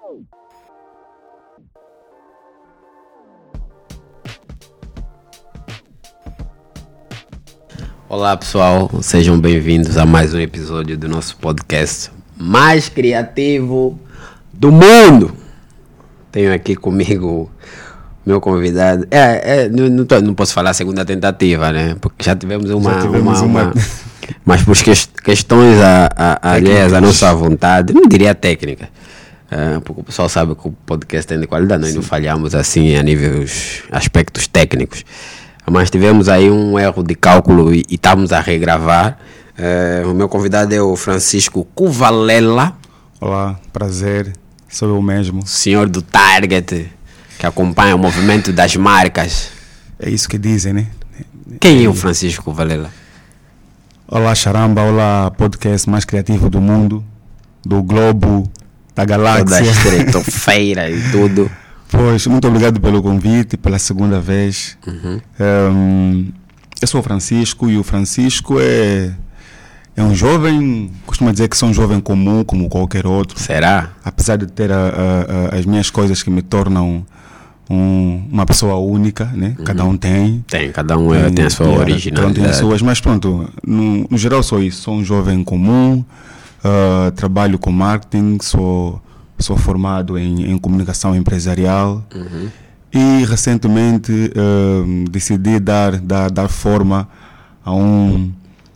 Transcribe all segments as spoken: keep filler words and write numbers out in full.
Olá pessoal, sejam bem-vindos a mais um episódio do nosso podcast mais criativo do mundo. Tenho aqui comigo meu convidado. É, é não, não, tô, não posso falar segunda tentativa, né? Porque já tivemos uma. Já tivemos uma, uma... uma... Mas por questões a, a, alheias à nossa vontade, não diria técnica. É, porque o pessoal sabe que o podcast tem de qualidade, nós Sim. não falhamos assim a níveis aspectos técnicos. Mas tivemos aí um erro de cálculo e, e estamos a regravar. É, o meu convidado é o Francisco Cuvalela. Olá, prazer, sou eu mesmo. Senhor do Target, que acompanha o movimento das marcas. É isso que dizem, né? Quem é o Francisco Cuvalela? Olá, Charamba, olá, podcast mais criativo do mundo, do globo, da galáxia. Da estreitofeira e tudo. Pois, muito obrigado pelo convite, pela segunda vez. Uhum. Um, eu sou o Francisco e o Francisco é, é um jovem, costumo dizer que sou um jovem comum como qualquer outro. Será? Apesar de ter a, a, a, as minhas coisas que me tornam um, uma pessoa única, né? Uhum. Cada um tem. Tem, cada um tem, tem a sua originalidade. Cada um tem as suas, mas pronto, no, no geral sou isso, sou um jovem comum, uh, trabalho com marketing, sou... Sou formado em, em comunicação empresarial uhum. e recentemente uh, decidi dar, dar, dar forma a um,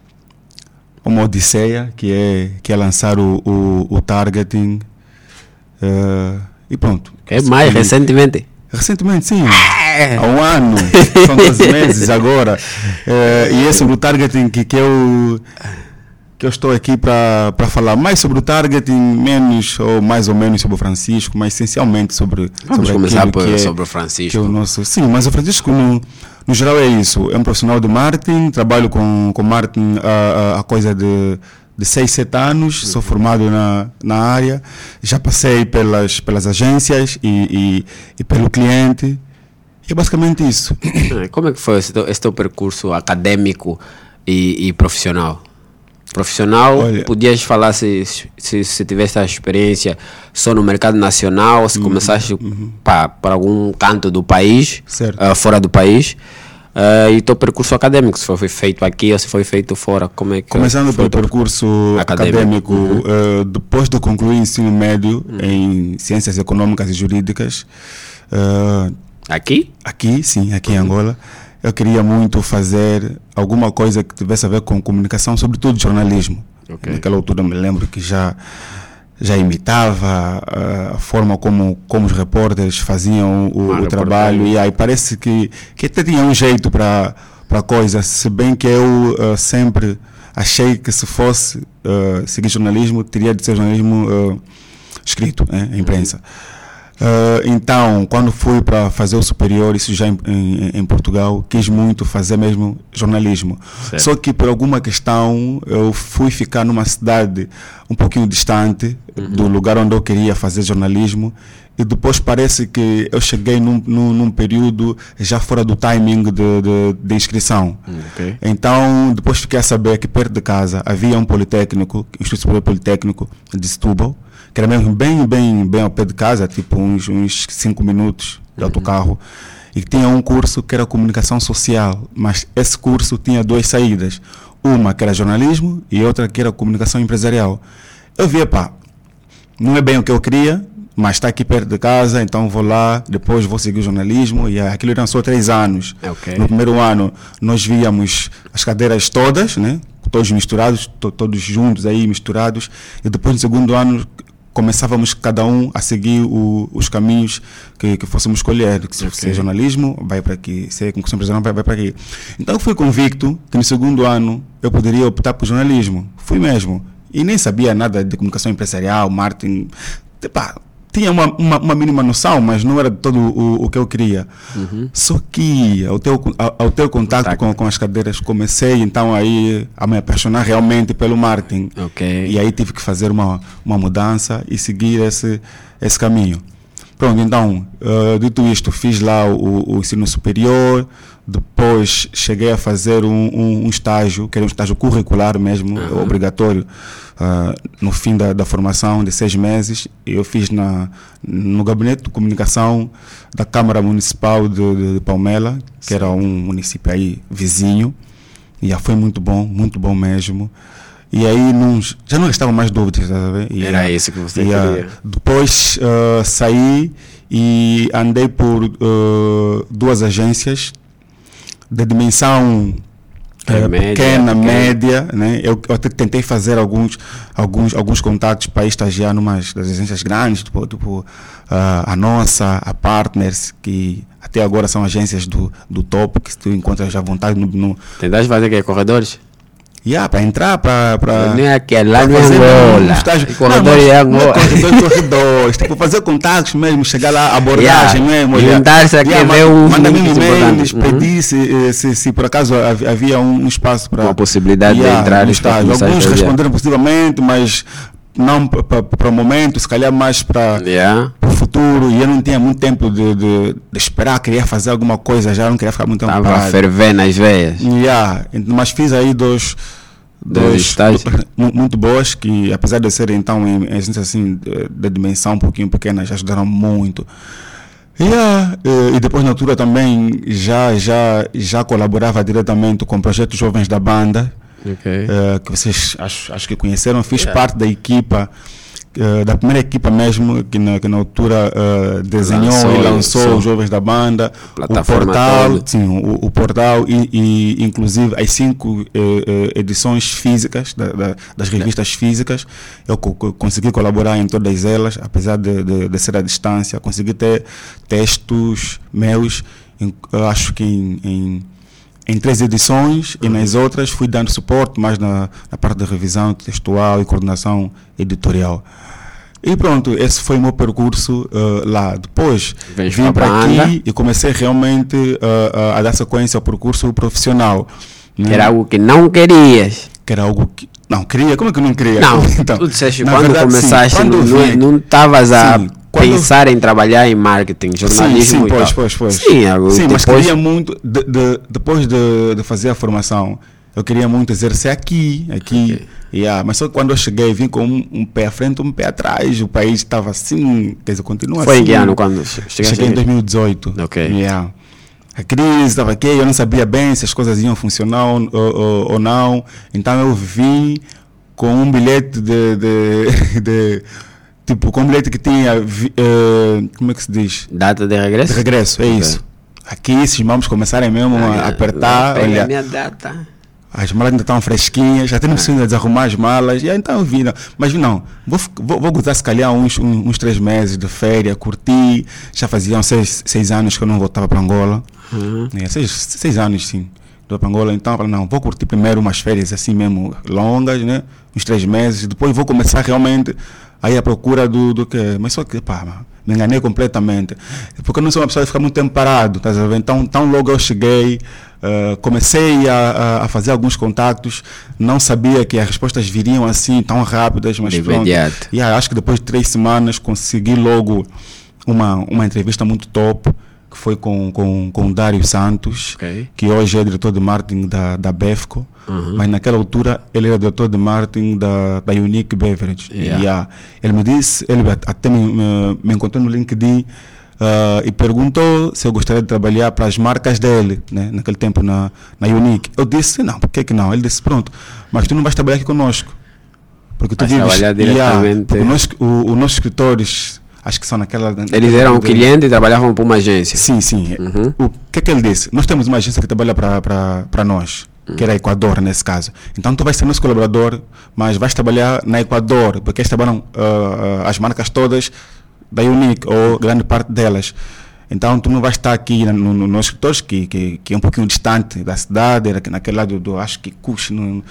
uma odisseia que é, que é lançar o, o, o targeting uh, e pronto. É mais e, recentemente? Recentemente, sim. Há um ano, são doze meses agora. Uh, e é sobre o targeting que, que eu... que eu estou aqui para falar mais sobre o targeting, menos ou mais ou menos sobre o Francisco, mas essencialmente sobre, Vamos sobre começar por, que é, sobre o Francisco. Que é o nosso, sim, mas o Francisco no, no geral é isso, é um profissional de marketing, trabalho com, com marketing há, há coisa de, de seis, sete anos, uhum. Sou formado na, na área, já passei pelas, pelas agências e, e, e pelo cliente, e é basicamente isso. Como é que foi esse teu, esse teu percurso acadêmico e, e profissional? Profissional, Olha, podias falar se, se, se tivesse a experiência só no mercado nacional ou se uhum, começaste uhum. para algum canto do país, uh, fora do país, uh, e teu percurso acadêmico, se foi feito aqui ou se foi feito fora, como é que Começando pelo percurso acadêmico, acadêmico uhum. uh, depois de concluir o ensino médio uhum. em Ciências Econômicas e Jurídicas. Uh, aqui? Aqui, sim, aqui uhum. em Angola. Eu queria muito fazer alguma coisa que tivesse a ver com comunicação, sobretudo jornalismo. Okay. Naquela altura eu me lembro que já, já imitava a forma como, como os repórteres faziam o, o trabalho, e aí parece que, que até tinha um jeito para a coisa, se bem que eu uh, sempre achei que se fosse uh, seguir jornalismo, teria de ser jornalismo uh, escrito, né, imprensa. Uh, então, quando fui para fazer o superior, isso já em, em, em Portugal, quis muito fazer mesmo jornalismo. Certo. Só que por alguma questão eu fui ficar numa cidade um pouquinho distante uhum. do lugar onde eu queria fazer jornalismo, e depois parece que eu cheguei num, num, num período já fora do timing de, de, de inscrição. Okay. Então, depois fiquei a saber que perto de casa havia um politécnico, Instituto Superior Politécnico de Setúbal, que era mesmo bem, bem, bem ao pé de casa, tipo uns, uns cinco minutos de autocarro, uhum. e que tinha um curso que era comunicação social, mas esse curso tinha duas saídas, uma que era jornalismo e outra que era comunicação empresarial. Eu via, pá, não é bem o que eu queria, mas está aqui perto de casa, então vou lá, depois vou seguir o jornalismo, e aquilo eram só três anos. Okay. No primeiro ano nós víamos as cadeiras todas, né? Todos misturados, to, todos juntos aí misturados, e depois no segundo ano começávamos cada um a seguir o, os caminhos que, que fossemos escolher, que se okay. é jornalismo, vai para aqui, se é comunicação empresarial, vai, vai para aqui. Então eu fui convicto que no segundo ano eu poderia optar por jornalismo, fui mesmo, e nem sabia nada de comunicação empresarial, marketing, epá, tinha uma, uma, uma mínima noção, mas não era todo o, o que eu queria. Uhum. Só que ao ter, ao, ao ter contato com, com as cadeiras, comecei então aí a me apaixonar realmente pelo marketing. Okay. E aí tive que fazer uma, uma mudança e seguir esse, esse caminho. Pronto, então, uh, dito isto, fiz lá o, o ensino superior, depois cheguei a fazer um, um, um estágio, que era um estágio curricular mesmo, uhum. obrigatório, uh, no fim da, da formação de seis meses. Eu fiz na, no Gabinete de Comunicação da Câmara Municipal de, de, de Palmela, que Sim. era um município aí vizinho, e já foi muito bom, muito bom mesmo. E aí não, já não restavam mais dúvidas, tá vendo? E, era isso que você e, queria. Depois uh, saí e andei por uh, duas agências de dimensão uh, média, pequena, média, né? Eu, eu até tentei fazer alguns, alguns, alguns contatos para estagiar numas das agências grandes, tipo, tipo uh, a nossa, a Partners, que até agora são agências do, do topo, que tu encontras à vontade no... no Tentaste fazer que corredores? Yeah, para entrar, para... Não é aquele, lá no Angola. Corredor é Angola. Corredores, tipo, fazer contatos mesmo, chegar lá, abordagem yeah. mesmo. Juntar-se aqui, yeah, ver um... Manda-me e-mails, pedir se, se, se por acaso havia um espaço para... a possibilidade yeah, de entrar no estágio. Alguns responderam positivamente, mas não para o momento, se calhar mais para yeah. o futuro. E eu não tinha muito tempo de, de, de esperar, queria fazer alguma coisa já, não queria ficar muito tempo parado. parado. Estava a ferver nas veias. Yeah. Mas fiz aí dois... Dois estágios muito boas, que apesar de serem então em, em assim, de, de dimensão um pouquinho pequena, já ajudaram muito. Yeah. E, e depois na altura também já, já, já colaborava diretamente com o projeto Jovens da Banda, okay. uh, que vocês acho, acho que conheceram. Fiz yeah. parte da equipa, uh, da primeira equipa mesmo, que na, que na altura uh, desenhou lançou, e lançou os Jovens da Banda, o portal, sim, o, o portal e, e inclusive as cinco uh, uh, edições físicas da, da, das revistas yeah. físicas. Eu co consegui colaborar em todas elas, apesar de, de, de ser à distância. Consegui ter textos meus, em, eu acho que em, em em três edições, uhum. e nas outras fui dando suporte mais na, na parte de revisão textual e coordenação editorial. E pronto, esse foi o meu percurso uh, lá. Depois Vens vim para aqui e comecei realmente uh, uh, a dar sequência ao percurso profissional. Que né? Era algo que não querias. Que era algo que... Não, queria? Como é que eu não queria? Não, então, tu disseste, quando verdade, começaste, sim, quando não estavas a... Quando... pensar em trabalhar em marketing, jornalismo sim, sim, e pois, tal. Pois, pois. Sim, algo, sim depois... mas queria muito, de, de, depois de, de fazer a formação, eu queria muito exercer aqui, aqui. Okay. Yeah, mas só que quando eu cheguei, vim com um, um pé à frente, um pé atrás, o país estava assim, quer dizer, continua Foi assim. Foi em que ano quando chegaste? Cheguei em dois mil e dezoito. Ok. Yeah. A crise estava aqui, eu não sabia bem se as coisas iam funcionar ou, ou, ou não, então eu vim com um bilhete de... de, de tipo, com um bilhete que tinha, uh, como é que se diz? Data de regresso? De regresso, é okay. isso. Aqui esses mamos começarem mesmo ah, a apertar. Olha, olha, a minha data. As malas ainda estão fresquinhas, já tenho precisado ah. desarrumar as malas. E aí, então eu vim, mas não, vou, vou, vou gozar se calhar uns, uns, uns três meses de férias, curtir. Já faziam seis, seis anos que eu não voltava para Angola. Uhum. É, seis, seis anos, sim. Para Angola, então, falei, não, vou curtir primeiro umas férias assim mesmo longas, né? Uns três meses, depois vou começar realmente aí a procura do, do que. Mas só que, pá, me enganei completamente. Porque eu não sou uma pessoa de ficar muito tempo parado, tá vendo? Então, tão logo eu cheguei, uh, comecei a, a fazer alguns contactos, não sabia que as respostas viriam assim tão rápidas, mas de pronto. imediato. E acho que depois de três semanas consegui logo uma, uma entrevista muito top, que foi com, com, com o Dário Santos, okay. que hoje é diretor de marketing da, da Befco, uhum. mas naquela altura ele era diretor de marketing da, da Unique Beverage. Yeah. E, uh, ele me disse, ele até me, me, me encontrou no LinkedIn uh, e perguntou se eu gostaria de trabalhar para as marcas dele, né, naquele tempo na, na Unique. Eu disse, não, por que que não? Ele disse, pronto, mas tu não vais trabalhar aqui conosco. Porque tu vais vives... trabalhar diretamente. Yeah, porque nós, o, os nossos escritores... Acho que são naquela... Eles eram um cliente e trabalhavam para uma agência. Sim, sim. Uhum. O que é que ele disse? Nós temos uma agência que trabalha para nós, uhum. que era Equador nesse caso. Então tu vais ser nosso colaborador, mas vais trabalhar na Equador, porque eles trabalham uh, uh, as marcas todas da Unique, ou grande parte delas. Então tu não vais estar aqui no, no, no escritório, que, que, que é um pouquinho distante da cidade, era naquele lado do, acho que Cuxi, no,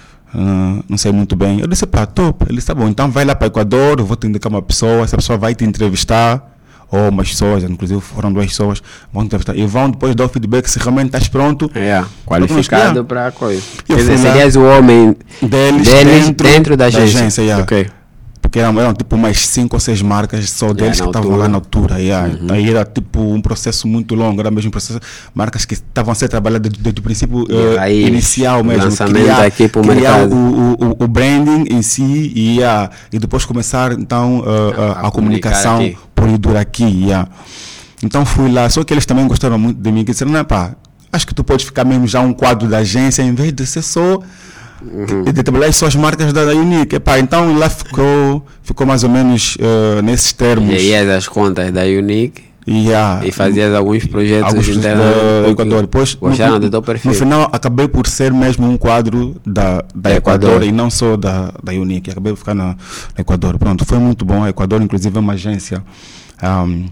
Uh, não sei muito bem. Eu disse, pá, top. Ele disse, tá bom, então vai lá para o Equador, eu vou te indicar uma pessoa, essa pessoa vai te entrevistar, ou umas pessoas, inclusive foram duas pessoas, vão te entrevistar, e vão depois dar o feedback se realmente estás pronto. É, qualificado para a coisa. Eu Quer dizer, serias o homem deles, deles dentro, dentro da agência. Da agência yeah. Okay. porque eram, eram tipo umas cinco ou seis marcas só deles yeah, que estavam lá na altura. Yeah. Uhum. Aí era tipo um processo muito longo, era mesmo um processo, marcas que estavam a ser trabalhadas desde o princípio uh, aí, inicial mesmo. Lançamento criar, aqui pro criar mercado. O, o, o branding em si e, yeah, e depois começar então uh, a, a, a comunicação aqui. Por ir durar aqui. Yeah. Então fui lá, só que eles também gostaram muito de mim, que disseram, não, pá, acho que tu podes ficar mesmo já um quadro da agência em vez de ser só uhum. de trabalhar só as marcas da, da Unique. Epá, então lá ficou, ficou mais ou menos uh, nesses termos. E aí as contas da Unique yeah. e fazias alguns projetos alguns internos do Equador. Depois, gostaram no, do teu perfil. No final acabei por ser mesmo um quadro da, da Equador. Equador e não só da, da Unique. Acabei por ficar no, no Equador. Pronto, foi muito bom. A Equador inclusive é uma agência um,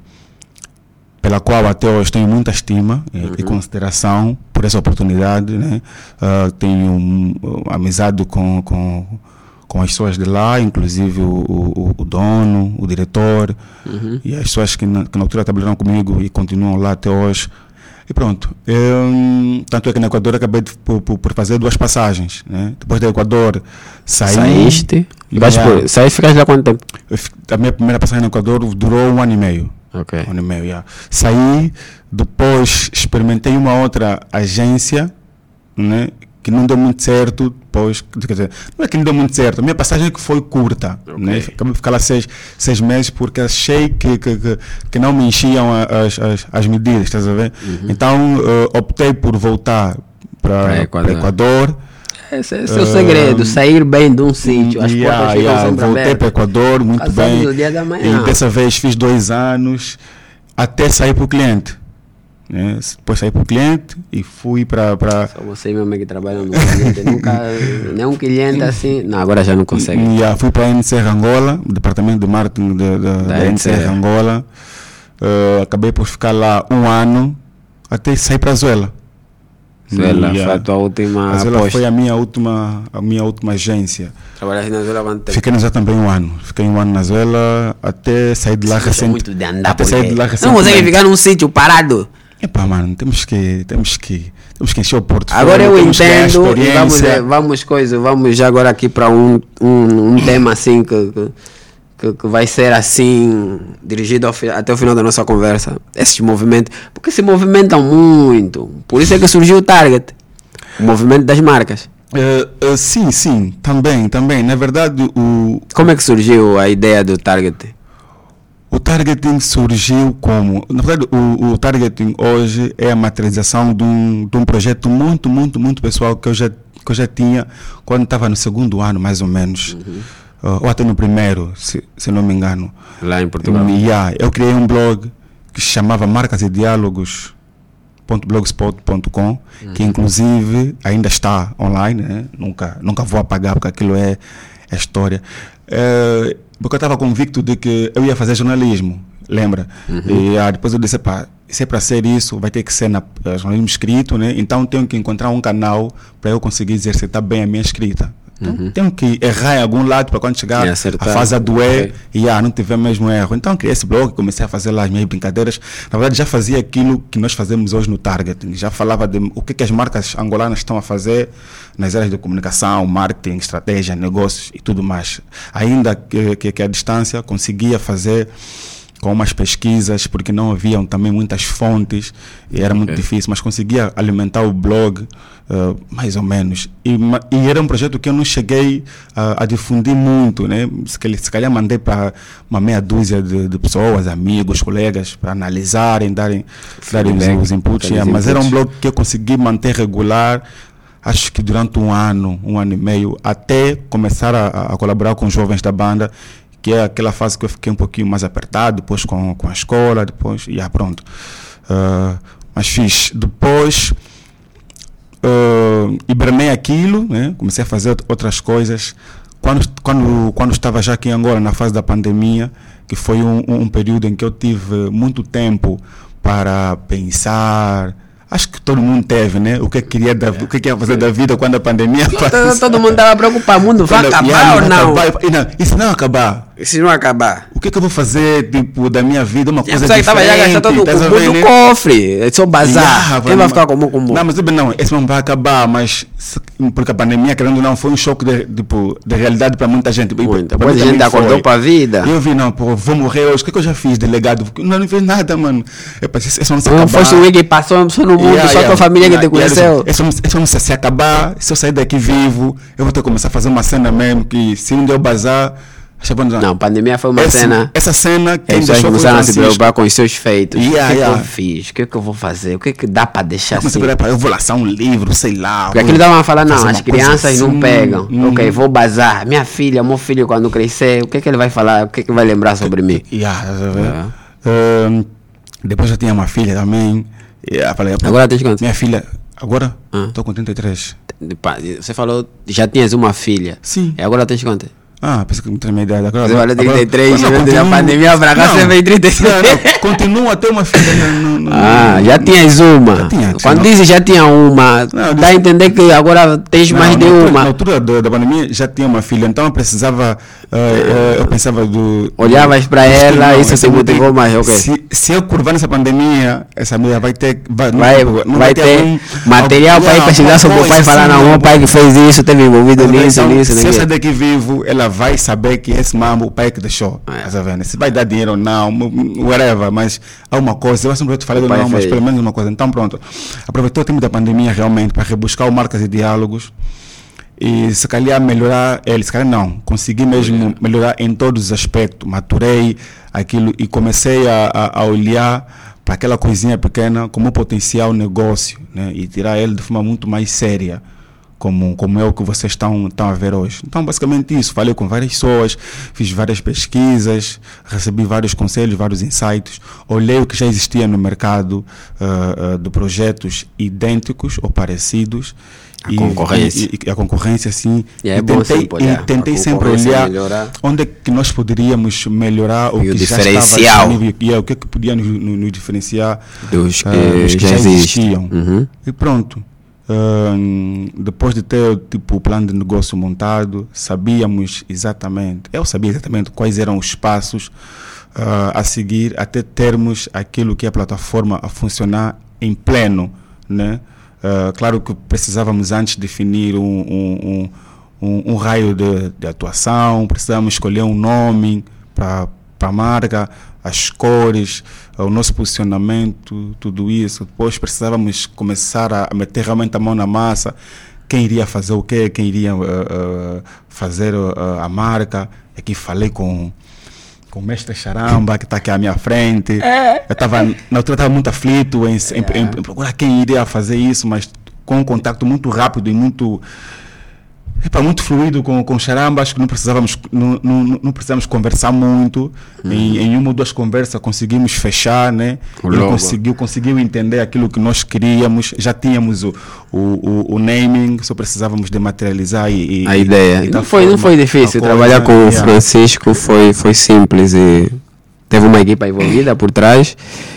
pela qual até hoje tenho muita estima uhum. e consideração por essa oportunidade, né? Uh, tenho um, um, amizade com, com, com as pessoas de lá, inclusive o, o, o dono, o diretor uhum. e as pessoas que na, que na altura trabalharam comigo e continuam lá até hoje. E pronto, eu, tanto é que no Equador acabei de, por, por fazer duas passagens, né? Depois do Equador saí. Saíste? Yeah. Saíste, ficaste lá quanto tempo? A minha primeira passagem no Equador durou um ano e meio. Okay. Um ano e meio, yeah. Saí, depois experimentei uma outra agência, né, que não deu muito certo, depois, quer dizer, não é que não deu muito certo, a minha passagem é que foi curta, okay. né, acabei de ficar lá seis, seis meses porque achei que, que, que, que não me enchiam as, as, as medidas, estás a ver? Uhum. Então uh, optei por voltar para Equador. Equador. Esse, esse é o segredo, uh, sair bem de um sítio. As yeah, portas yeah, sempre voltei abertas. para o Equador, muito Passados bem. O dia da manhã. E dessa vez fiz dois anos até sair para o cliente. Né? Depois saí para o cliente e fui para. Pra... Só você mesmo que trabalha no cliente. Nunca, nenhum cliente assim. Não, agora já não consegue. Yeah, fui para a N C R Angola, departamento de marketing de, de, da, da N C R Angola. Uh, acabei por ficar lá um ano até sair para a Zuela. Zuela, yeah. Foi a tua última a Zuela aposta. Foi a minha última, a minha última agência. Trabalhaste na Zuela quanto tempo? Fiquei na Zuela também um ano. Fiquei um ano na Zuela até sair de lá recentemente. Até sair de lá recentemente. Não consegue ficar num sítio parado. Epá, mano, temos que, temos que, temos que encher o portfólio. Agora eu entendo e vamos, vamos, coisa, vamos já agora aqui para um, um, um tema assim que, que Que, que vai ser assim, dirigido ao, até o final da nossa conversa, esses movimentos, porque se movimentam muito, por isso é que surgiu o Target, o movimento das marcas. Uh, uh, sim, sim, também, também, na verdade o... Como é que surgiu a ideia do Target? O targeting surgiu como, na verdade o, o targeting hoje é a materialização de um, de um projeto muito, muito, muito pessoal que eu já, que eu já tinha quando estava no segundo ano mais ou menos. Uhum. Uh, ou até no primeiro, se, se não me engano. Lá em Portugal. Um, yeah, eu criei um blog que se chamava marcas e diálogos ponto blogspot ponto com, uhum. que inclusive ainda está online, né? nunca, nunca vou apagar porque aquilo é, é história. Uh, porque eu estava convicto de que eu ia fazer jornalismo, lembra? Uhum. E uh, depois eu disse, pá, se é para ser isso, vai ter que ser na, uh, jornalismo escrito, né? Então tenho que encontrar um canal para eu conseguir exercitar bem a minha escrita. Então, uhum. tenho que errar em algum lado para quando chegar a fase a doer okay. e ah, não tiver mesmo erro. Então criei esse blog, comecei a fazer lá as minhas brincadeiras. Na verdade já fazia aquilo que nós fazemos hoje no Targeting. Já falava de o que, que as marcas angolanas estão a fazer nas áreas de comunicação, marketing, estratégia, negócios e tudo mais. Ainda que, que, que a distância conseguia fazer com umas pesquisas, porque não haviam também muitas fontes e era okay. muito difícil, mas conseguia alimentar o blog uh, mais ou menos. E, e era um projeto que eu não cheguei uh, a difundir muito, né? Se, se calhar mandei para uma meia dúzia de, de pessoas, amigos, colegas, para analisarem, darem, darem os, os inputs, yeah, mas era um blog que eu consegui manter regular, acho que durante um ano, um ano e meio, até começar a, a colaborar com os jovens da banda, que é aquela fase que eu fiquei um pouquinho mais apertado, depois com, com a escola, depois, e yeah, pronto. Uh, mas fiz. Depois, uh, hibernei aquilo, né? Comecei a fazer outras coisas. Quando, quando, quando estava já aqui em Angola, na fase da pandemia, que foi um, um período em que eu tive muito tempo para pensar. Acho que todo mundo teve, né? O que queria, da, o que ia fazer da vida quando a pandemia passou. Todo, todo mundo estava preocupado, o mundo vai quando, acabar ou não? Acabar, e, não? E se não acabar? Se não acabar, o que é que eu vou fazer, tipo, da minha vida? Uma coisa que estava já gastando todo o combo do cofre. É só bazar. Yeah, Quem vai ficar com o combo? Não, mas não, esse não vai acabar, mas porque a pandemia, querendo ou não, foi um choque de, tipo, de realidade para muita gente. Muita. Depois a gente acordou para a vida. Eu vi, não, pô, vou morrer hoje. O que, é que eu já fiz, delegado? Não, não fiz nada, mano. Eu pensei, isso não se acabar. Não foste o que passou só no mundo, yeah, só yeah, tua família yeah, que te conheceu. Yeah, isso, isso, isso não se acabar, se eu sair daqui vivo, eu vou ter que começar a fazer uma cena mesmo, que se um dia eu bazar. Não, pandemia foi uma essa, cena. Essa cena que eles começaram a se preocupar com os seus feitos. Yeah, o que, yeah. que eu fiz? O que, que eu vou fazer? O que, que dá para deixar eu assim? Eu vou lançar um livro, sei lá. Porque aquilo estavam a falar, não, as crianças assim, não pegam. Hum. Ok, vou bazar. Minha filha, meu filho, quando crescer, o que, que ele vai falar? O que, que vai lembrar sobre mim? Yeah, yeah. Uh, depois eu tinha uma filha também. Yeah, falei, agora tens quanto? Minha filha, agora estou ah. com trinta e três. Você falou, já tinhas uma filha. Sim. E agora tens quanto? Ah, pensei que me tinha minha idade. Agora, você falou trinta e três, a pandemia para cá você veio trinta e seis. Não, não, continua a ter uma filha. Não, não, ah, já tinhas uma. Já tinha, Quando dizes já tinha uma, não, dá a entender que agora tens não, mais de altura, uma. Na altura da, da pandemia já tinha uma filha, então eu precisava, uh, uh, eu pensava do... Olhavas para ela e isso te motivou mais, ok. Se, se eu curvar nessa pandemia, essa mulher vai ter... Vai, vai, não, vai, vai ter, ter um, material para ir pesquisar sobre o pai e falar, não, meu pai que fez isso, teve envolvido nisso, nisso. Se eu sair daqui vivo, ela vai saber que esse mambo o pai que deixou. É. Tá vendo? Se vai dar dinheiro ou não, whatever, mas há uma coisa, eu sempre te falei não, fez. Mas pelo menos uma coisa. Então pronto, aproveitou o tempo da pandemia realmente para rebuscar o marcas e diálogos e se calhar melhorar ele, se calhar não, consegui mesmo é. melhorar em todos os aspectos, maturei aquilo e comecei a, a, a olhar para aquela coisinha pequena como um potencial negócio, né? E tirar ele de forma muito mais séria. Como, como é o que vocês estão, estão a ver hoje. Então, basicamente isso. Falei com várias pessoas, fiz várias pesquisas, recebi vários conselhos, vários insights, olhei o que já existia no mercado uh, uh, de projetos idênticos ou parecidos. A e, concorrência. E, e a concorrência, sim. E, é e bom tentei, olhar, e tentei sempre olhar melhorar. Onde é que nós poderíamos melhorar o e que o já diferencial. estava disponível e é, o que é que podia nos, nos diferenciar dos que, uh, dos que já, já existiam. Uhum. E pronto. Uh, depois de ter tipo, o plano de negócio montado, sabíamos exatamente, eu sabia exatamente quais eram os passos uh, a seguir até termos aquilo que é a plataforma a funcionar em pleno, né? Uh, claro que precisávamos antes definir um, um, um, um, um raio de, de atuação, precisávamos escolher um nome para a marca, as cores, o nosso posicionamento, tudo isso. Depois precisávamos começar a meter realmente a mão na massa, quem iria fazer o quê, quem iria uh, uh, fazer uh, a marca. Aqui falei com, com o mestre Charamba, que está aqui à minha frente. É. Eu estava, na altura estava muito aflito em, é. em, em, em procurar quem iria fazer isso, mas com um contato muito rápido e muito... Epa, muito fluido com, com o Charamba, acho que não precisávamos, não, não, não precisávamos conversar muito. Uhum. Em, em uma ou duas conversas conseguimos fechar, né? Ele conseguiu, conseguiu entender aquilo que nós queríamos, já tínhamos o, o, o, o naming, só precisávamos de materializar e, e a ideia. E não, foi, não foi difícil, trabalhar com o Francisco foi, foi simples e teve uma equipa envolvida por trás.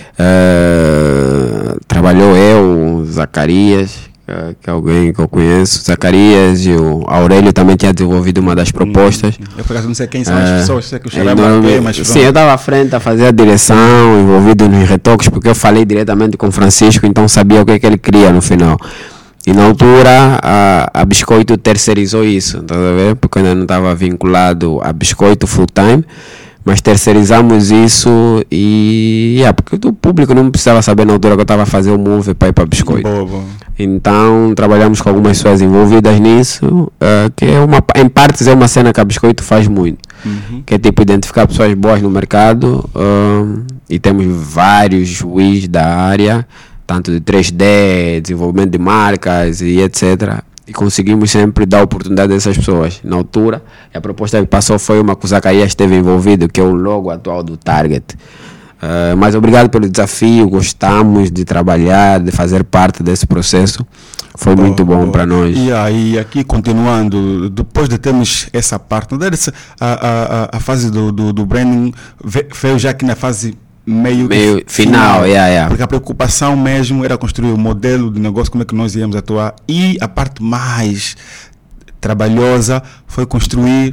Uh, trabalhou eu, Zacarias, que é alguém que eu conheço, Zacarias, e o Aurélio também tinha desenvolvido uma das propostas. Eu por acaso não sei quem são as é, pessoas, sei que o Charamba é, mas sim, eu estava à frente a fazer a direção, envolvido nos retoques, porque eu falei diretamente com o Francisco, então sabia o que, é que ele queria no final. E na altura a, a Biscoito terceirizou isso, tá a ver? Porque eu ainda não estava vinculado a Biscoito full time. Mas terceirizamos isso e... Yeah, porque o público não precisava saber na altura que eu estava a fazer o move para ir para Biscoito. Boa, boa. Então, trabalhamos com algumas pessoas envolvidas nisso, uh, que é uma, em partes é uma cena que a Biscoito faz muito. Uhum. Que é tipo identificar pessoas boas no mercado uh, e temos vários juízes da área, tanto de três D, desenvolvimento de marcas e etcétera. E conseguimos sempre dar oportunidade a essas pessoas. Na altura, a proposta que passou foi uma que o Zacarias esteve envolvido, que é o logo atual do Target. Uh, mas obrigado pelo desafio, gostamos de trabalhar, de fazer parte desse processo. Foi boa, muito bom para nós. E aí, aqui continuando, depois de termos essa parte, a, a, a fase do, do, do branding veio já aqui na fase meio, meio final, final yeah, yeah. Porque a preocupação mesmo era construir o modelo de negócio, como é que nós íamos atuar, e a parte mais trabalhosa foi construir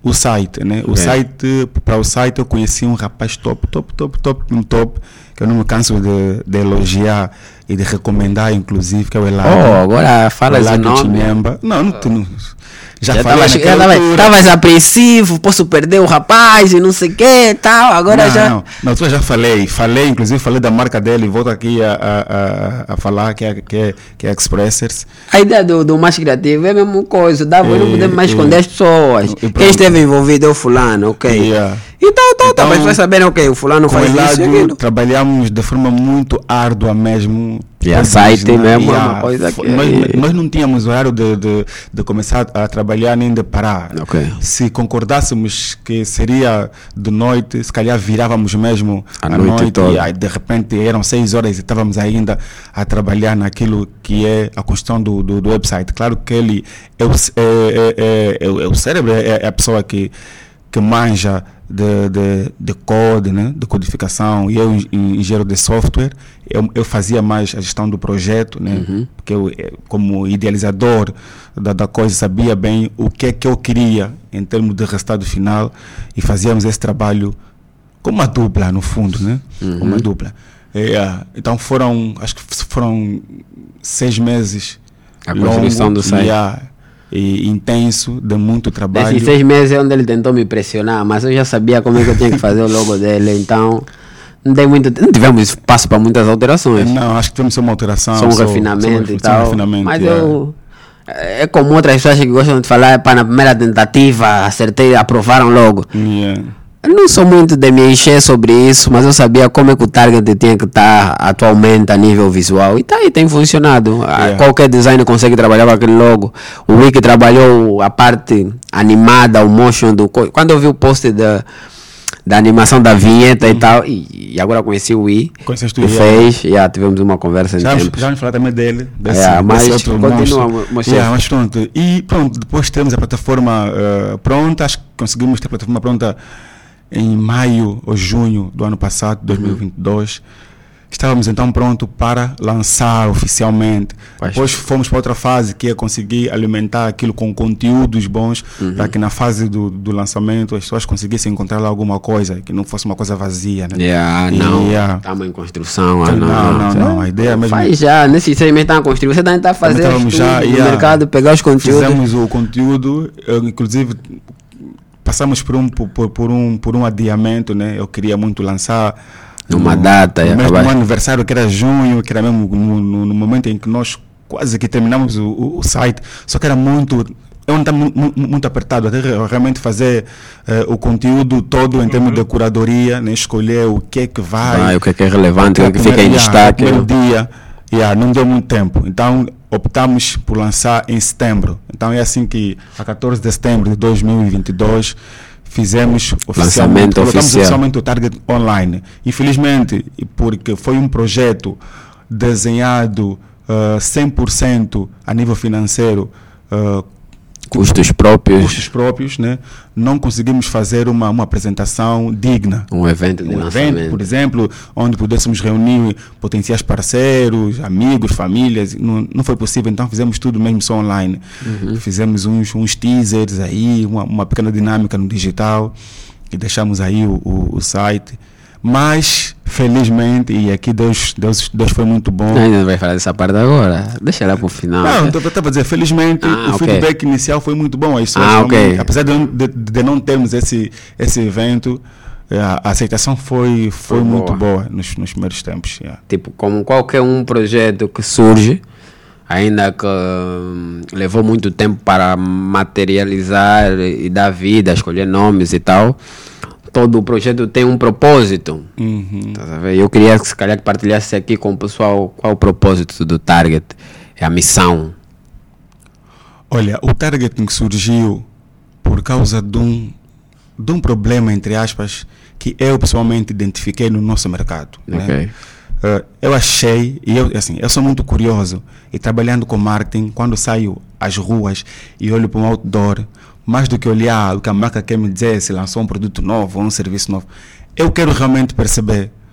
o site, né? O Okay. site, para o site eu conheci um rapaz top, top, top, top, um top, que eu não me canso de, de elogiar e de recomendar, inclusive, que é o Eladio. Oh, agora fala esse Eladio nome. Chinemba. Não, não, tu não já, Já falei tava, naquela já tava, altura. tavas apreensivo, posso perder o rapaz e não sei o que tal. Agora não, já. Não, não, tu já falei, falei, inclusive falei da marca dele, volto aqui a, a, a, a falar que é, que é, que é Expressers. A ideia do, do mais criativo é a mesma coisa. Dá, não E- podemos mais e- esconder as pessoas. e Quem pronto. esteve envolvido é o fulano, ok. Yeah. Então, tá, tá, Então, mas vai saber, ok, o fulano Com o faz isso e Eladio aquilo. trabalhamos de forma muito árdua mesmo. E a Todos, site né? mesmo é E uma a- coisa fo- que- Nós, nós não tínhamos horário de, de, de começar a trabalhar nem de parar. Ok. Se concordássemos que seria de noite, se calhar virávamos mesmo A à noite noite, toda. e aí de repente eram seis horas e estávamos ainda a trabalhar naquilo que é a construção do, do, do website. Claro que ele é o, c- é, é, é, é o- é o cérebro, é, é a pessoa que, que manja de, de, de code, né? De codificação, e eu, en- engenheiro de software, eu, eu fazia mais a gestão do projeto, né? Porque eu, eh, como idealizador da, da coisa, sabia bem o que é que eu queria em termos de resultado final, e fazíamos esse trabalho como uma dupla, no fundo, né? Como uma dupla. É, ah, então foram, acho que foram seis meses A construção longo, do site. e, ah, e intenso, de muito trabalho. Nesses seis meses é onde ele tentou me pressionar, mas eu já sabia como é que eu tinha que fazer o logo dele, então não dei muito, não tivemos espaço para muitas alterações. Não, acho que tivemos uma alteração. Só um só- refinamento só- e só um tal. refinamento, Mas é. eu. É como outras pessoas que gostam de falar, para na primeira tentativa, acertei, aprovaram logo. Yeah. Eu não sou muito de me encher sobre isso, mas eu sabia como é que o target tinha que estar atualmente a nível visual. E tá aí, tem funcionado. Ah, Yeah. Qualquer designer consegue trabalhar com aquele logo. O Wiki trabalhou a parte animada, o motion do. co- Quando eu vi o post da, da animação da vinheta e tal, e, e agora conheci o Wiki, Conheceste o que Wiki? fez, e já tivemos uma conversa em Já vamos, tempo. já vamos falar também dele, desse, É, mas desse outro continua, monstro. meu chefe. Yeah, mas pronto, e pronto, depois temos a plataforma eh, pronta, acho que conseguimos ter a plataforma pronta em maio ou junho do ano passado, dois mil e vinte e dois. Estávamos então prontos para lançar oficialmente. Pois. Depois fomos para outra fase, que é conseguir alimentar aquilo com conteúdos bons, para que na fase do, do lançamento as pessoas conseguissem encontrar lá alguma coisa, que não fosse uma coisa vazia, né? Yeah, não, Yeah. estamos em construção. Ah, Não, não, não, não, a ideia mesmo- Faz já, nesses seis meses está a construir. Você também está a fazer Também estudo estávamos já, no yeah. mercado, pegar os conteúdos. Fizemos o conteúdo, eu, inclusive passamos por um, por, por um, por um adiamento, né? Eu queria muito lançar Numa no- data, no e mesmo acabar- aniversário, que era junho, que era mesmo no, no, no momento em que nós quase que terminamos o, o, o site, só que era muito, eu não estava mu- mu- muito apertado, até re- realmente fazer eh, o conteúdo todo em termos de curadoria, né? Escolher o que é que vai, Vai, o que é, que é relevante, o que, é que fica em primeiro- destaque. yeah, primeiro dia, yeah, não deu muito tempo. Então optamos por lançar em setembro. Então é assim que a quatorze de setembro de dois mil e vinte e dois fizemos oficialmente, Lançamento colocamos oficial. oficialmente o target online. Infelizmente, e porque foi um projeto desenhado uh, cem por cento a nível financeiro, uh, Custos próprios, custos próprios, né? Não conseguimos fazer uma, uma apresentação digna. um evento de Um lançamento. evento, por exemplo, onde pudéssemos reunir potenciais parceiros, amigos, famílias, não, não foi possível, então fizemos tudo mesmo só online. Fizemos uns, uns teasers aí, uma, uma pequena dinâmica no digital, e deixamos aí o, o, o site. Mas, felizmente, e aqui Deus, Deus, Deus foi muito bom. Ainda não vai falar dessa parte agora. Deixa lá para o final. Não, eu estava a dizer, felizmente Ah, o ok. feedback inicial foi muito bom. Isso Ah, ok. apesar de, não- de, de não termos esse, esse evento, a, a aceitação foi, foi, Foi muito boa. boa nos, nos primeiros tempos. Yeah. Tipo, como qualquer um projeto que surge, ainda que hum, levou muito tempo para materializar e dar vida, escolher nomes e tal, todo o projeto tem um propósito. Uhum. Tá a ver? Eu queria que se calhar que partilhasse aqui com o pessoal qual é o propósito do Target, é a missão. Olha, o targeting surgiu por causa de um, de um problema, entre aspas, que eu pessoalmente identifiquei no nosso mercado. Né? Ok. Uh, eu achei, e eu, assim, eu sou muito curioso, e trabalhando com marketing, quando saio às ruas e olho para um outdoor, mais do que olhar o que a marca quer me dizer, se lançou um produto novo ou um serviço novo, eu quero realmente perceber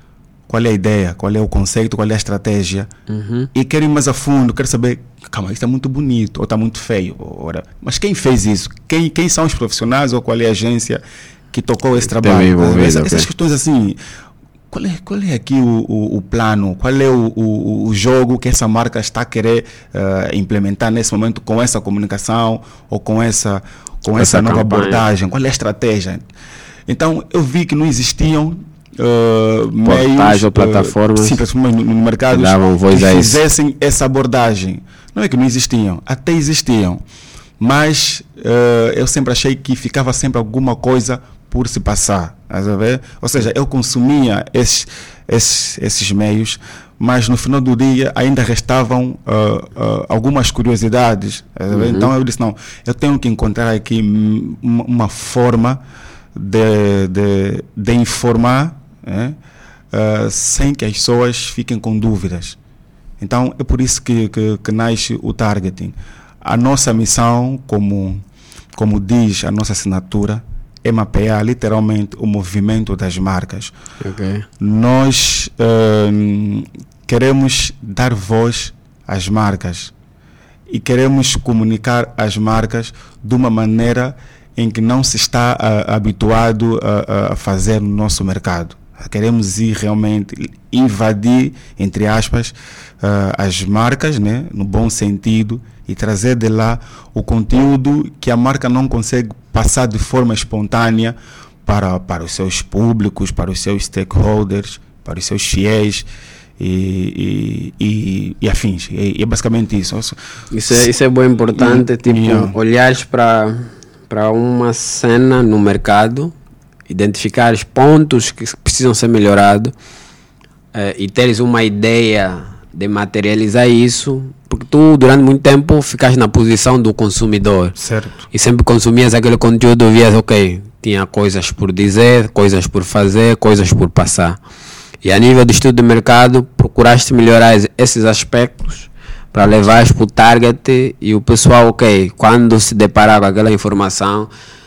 qual é a ideia, qual é o conceito, qual é a estratégia, uhum. e quero ir mais a fundo, quero saber, calma, isso está muito bonito, ou está muito feio, ora, mas quem fez isso? Quem, quem são os profissionais, ou qual é a agência que tocou esse trabalho? Essa, essas questões assim, qual é, qual é aqui o, o, o plano, qual é o, o, o jogo que essa marca está a querer uh, implementar nesse momento com essa comunicação, ou com essa, com essa, essa nova campanha. Abordagem, qual é a estratégia? Então eu vi que não existiam Uh, meios ou plataformas, uh, sim, no, no mercado que fizessem essa abordagem. Não é que não existiam, até existiam, mas uh, eu sempre achei que ficava sempre alguma coisa por se passar, a ver? Ou seja, eu consumia esses, esses, esses meios, mas no final do dia ainda restavam uh, uh, algumas curiosidades, uhum. Então eu disse, não, eu tenho que encontrar aqui uma, uma forma de, de, de informar, é? uh, sem que as pessoas fiquem com dúvidas. Então é por isso que, que, que nasce o targeting. A nossa missão, como, como diz a nossa assinatura, é mapear literalmente o movimento das marcas. Okay. Nós uh, queremos dar voz às marcas e queremos comunicar as marcas de uma maneira em que não se está uh, habituado a, a fazer no nosso mercado. Queremos ir realmente invadir, entre aspas, uh, as marcas, né, no bom sentido, e trazer de lá o conteúdo que a marca não consegue passar de forma espontânea para, para os seus públicos, para os seus stakeholders, para os seus fiéis e, e, e, e afins. E, e é basicamente isso. Isso é, isso é bem importante, e, tipo, yeah. olhares para para uma cena no mercado, identificar os pontos que precisam ser melhorados eh, e teres uma ideia de materializar isso, porque tu durante muito tempo ficaste na posição do consumidor, certo, e sempre consumias aquele conteúdo, vias, ok, tinha coisas por dizer, coisas por fazer, coisas por passar, e a nível de estudo de mercado procuraste melhorar esses aspectos para levar para o target, e o pessoal, ok, quando se deparar com aquela informação,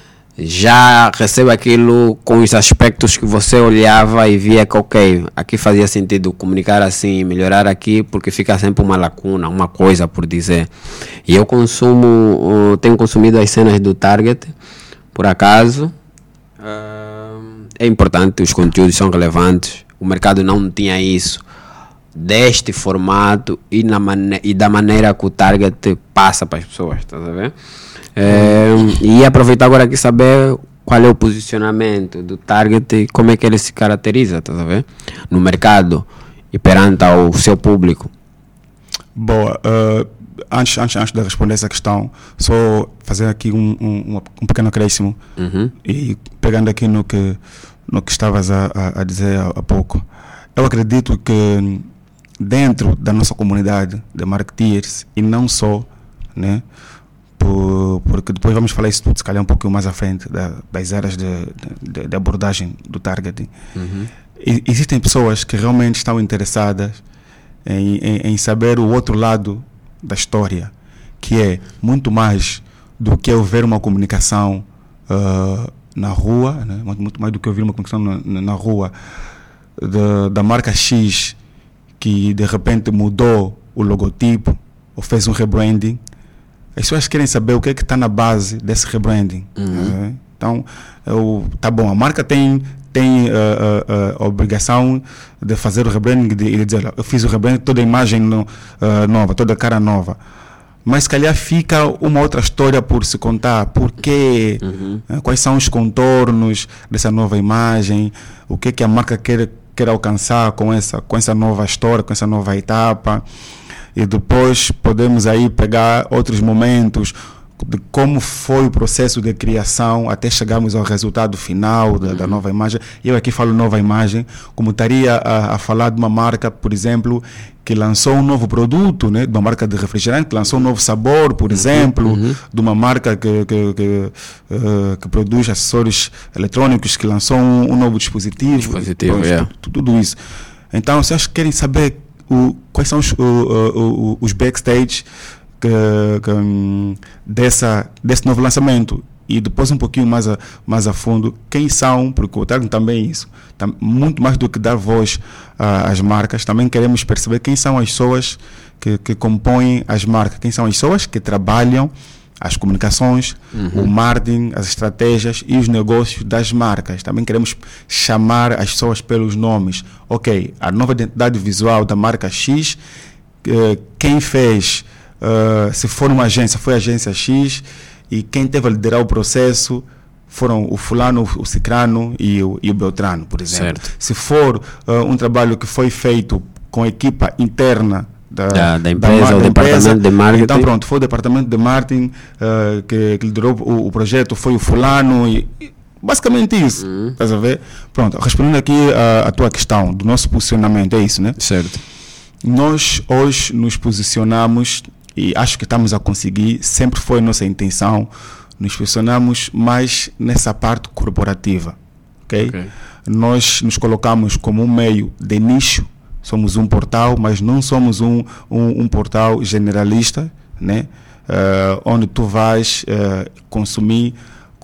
já recebe aquilo com os aspectos que você olhava e via que, ok, aqui fazia sentido comunicar assim, melhorar aqui, porque fica sempre uma lacuna, uma coisa por dizer. E eu consumo, tenho consumido as cenas do target, por acaso, é importante, os conteúdos são relevantes, o mercado não tinha isso deste formato e, na mane- e da maneira que o target passa para as pessoas, tá a ver? É, e aproveitar agora aqui saber qual é o posicionamento do target e como é que ele se caracteriza, tá a ver? No mercado e perante ao seu público. Boa, uh, antes, antes, antes de responder essa questão, só fazer aqui um, um, um pequeno acréscimo, uhum. e pegando aqui no que, no que estavas a, a, a dizer há, há pouco. Eu acredito que dentro da nossa comunidade de marketeers, e não só, né, por, porque depois vamos falar isso tudo, se calhar um pouquinho mais à frente da, das áreas de, de, de abordagem do targeting, uhum. e, existem pessoas que realmente estão interessadas em, em, em saber o outro lado da história, que é muito mais do que eu ver uma comunicação uh, na rua, né, muito mais do que eu ver uma comunicação na, na rua de, da marca X, que de repente mudou o logotipo ou fez um rebranding. As pessoas querem saber o que é que está na base desse rebranding. Uhum. É? Então, eu, tá bom, a marca tem, tem uh, uh, uh, a obrigação de fazer o rebranding e de dizer, eu fiz o rebranding, toda a imagem no, uh, nova, toda a cara nova. Mas se calhar fica uma outra história por se contar. Por quê? Uhum. Uh, quais são os contornos dessa nova imagem? O que é que a marca quer quer alcançar com essa, com essa nova história, com essa nova etapa, e depois podemos aí pegar outros momentos de como foi o processo de criação até chegarmos ao resultado final da, uhum. da nova imagem. Eu aqui falo nova imagem, como estaria a, a falar de uma marca, por exemplo, que lançou um novo produto, né? De uma marca de refrigerante, que lançou um novo sabor, por uhum. exemplo, uhum. de uma marca que, que, que, uh, que produz acessórios eletrônicos, que lançou um, um novo dispositivo, dispositivo depois, yeah. tudo, tudo isso. Então, vocês querem saber o, quais são os, o, o, o, os backstage que, que, dessa, desse novo lançamento. e depois um pouquinho mais a, mais a fundo, quem são, porque o target também é isso, tam, muito mais do que dar voz uh, às marcas, também queremos perceber quem são as pessoas que, que compõem as marcas, quem são as pessoas que trabalham as comunicações, uhum. o marketing, as estratégias e os negócios das marcas. Também queremos chamar as pessoas pelos nomes. Ok, a nova identidade visual da marca X, uh, quem fez, uh, se for uma agência, foi a agência X, e quem teve a liderar o processo foram o fulano, o cicrano e o, e o beltrano, por exemplo. Certo. Se for uh, um trabalho que foi feito com a equipa interna Da, da, da empresa, da, ou da departamento empresa. de marketing. Então pronto, foi o departamento de marketing uh, que, que liderou o, o projeto, foi o fulano e, e basicamente isso, uhum. estás a ver? Pronto, respondendo aqui a, a tua questão do nosso posicionamento, é isso, né? Certo. Nós hoje nos posicionamos e acho que estamos a conseguir, sempre foi nossa intenção, nos posicionamos mais nessa parte corporativa, ok? okay. Nós nos colocamos como um meio de nicho. Somos um portal, mas não somos um, um, um portal generalista, né? Uh, onde tu vais uh, consumir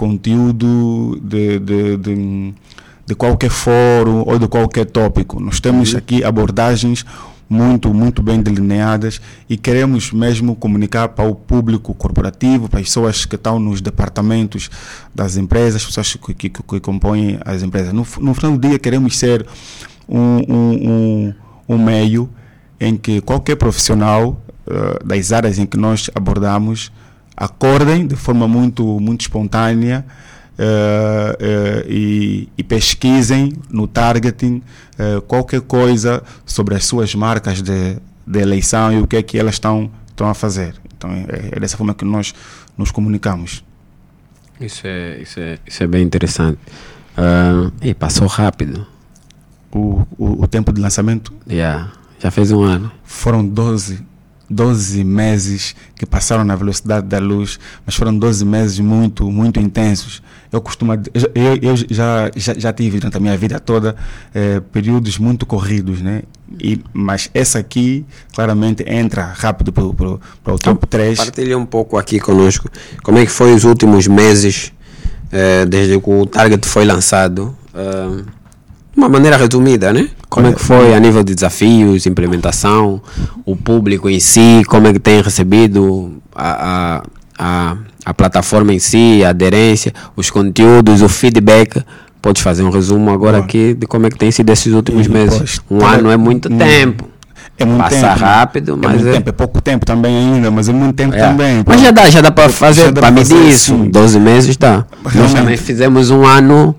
conteúdo de, de, de, de qualquer fórum ou de qualquer tópico. Nós temos uhum. aqui abordagens muito, muito bem delineadas e queremos mesmo comunicar para o público corporativo, para as pessoas que estão nos departamentos das empresas, as pessoas que, que, que compõem as empresas. No, no final do dia queremos ser um... um, um um meio em que qualquer profissional uh, das áreas em que nós abordamos acordem de forma muito, muito espontânea uh, uh, e, e pesquisem no targeting uh, qualquer coisa sobre as suas marcas de, de eleição e o que é que elas estão, estão a fazer. Então é, é dessa forma que nós nos comunicamos. Isso é, isso é, isso é bem interessante. Uh, e passou rápido. O, o, o tempo de lançamento? Yeah, já fez um ano. Foram doze, doze meses que passaram na velocidade da luz, mas foram doze meses muito, muito intensos. Eu costumo, eu, eu já, já, já tive durante a minha vida toda eh, períodos muito corridos, né? E, mas essa aqui claramente entra rápido para o top três. Partilha um pouco aqui conosco como é que foi os últimos meses eh, desde que o Target foi lançado. Uh, de uma maneira resumida, né? Como é que foi a nível de desafios, implementação, o público em si, como é que tem recebido a, a, a, a plataforma em si, a aderência, os conteúdos, o feedback. Podes fazer um resumo agora aqui de como é que tem sido esses últimos e meses. Um ano é muito hum, tempo. É muito Passa tempo, rápido, é mas muito é... tempo, é pouco tempo também ainda, mas é muito tempo é. também. Mas já dá, já dá para fazer, para medir isso. Sim. doze meses dá. Nós também fizemos um ano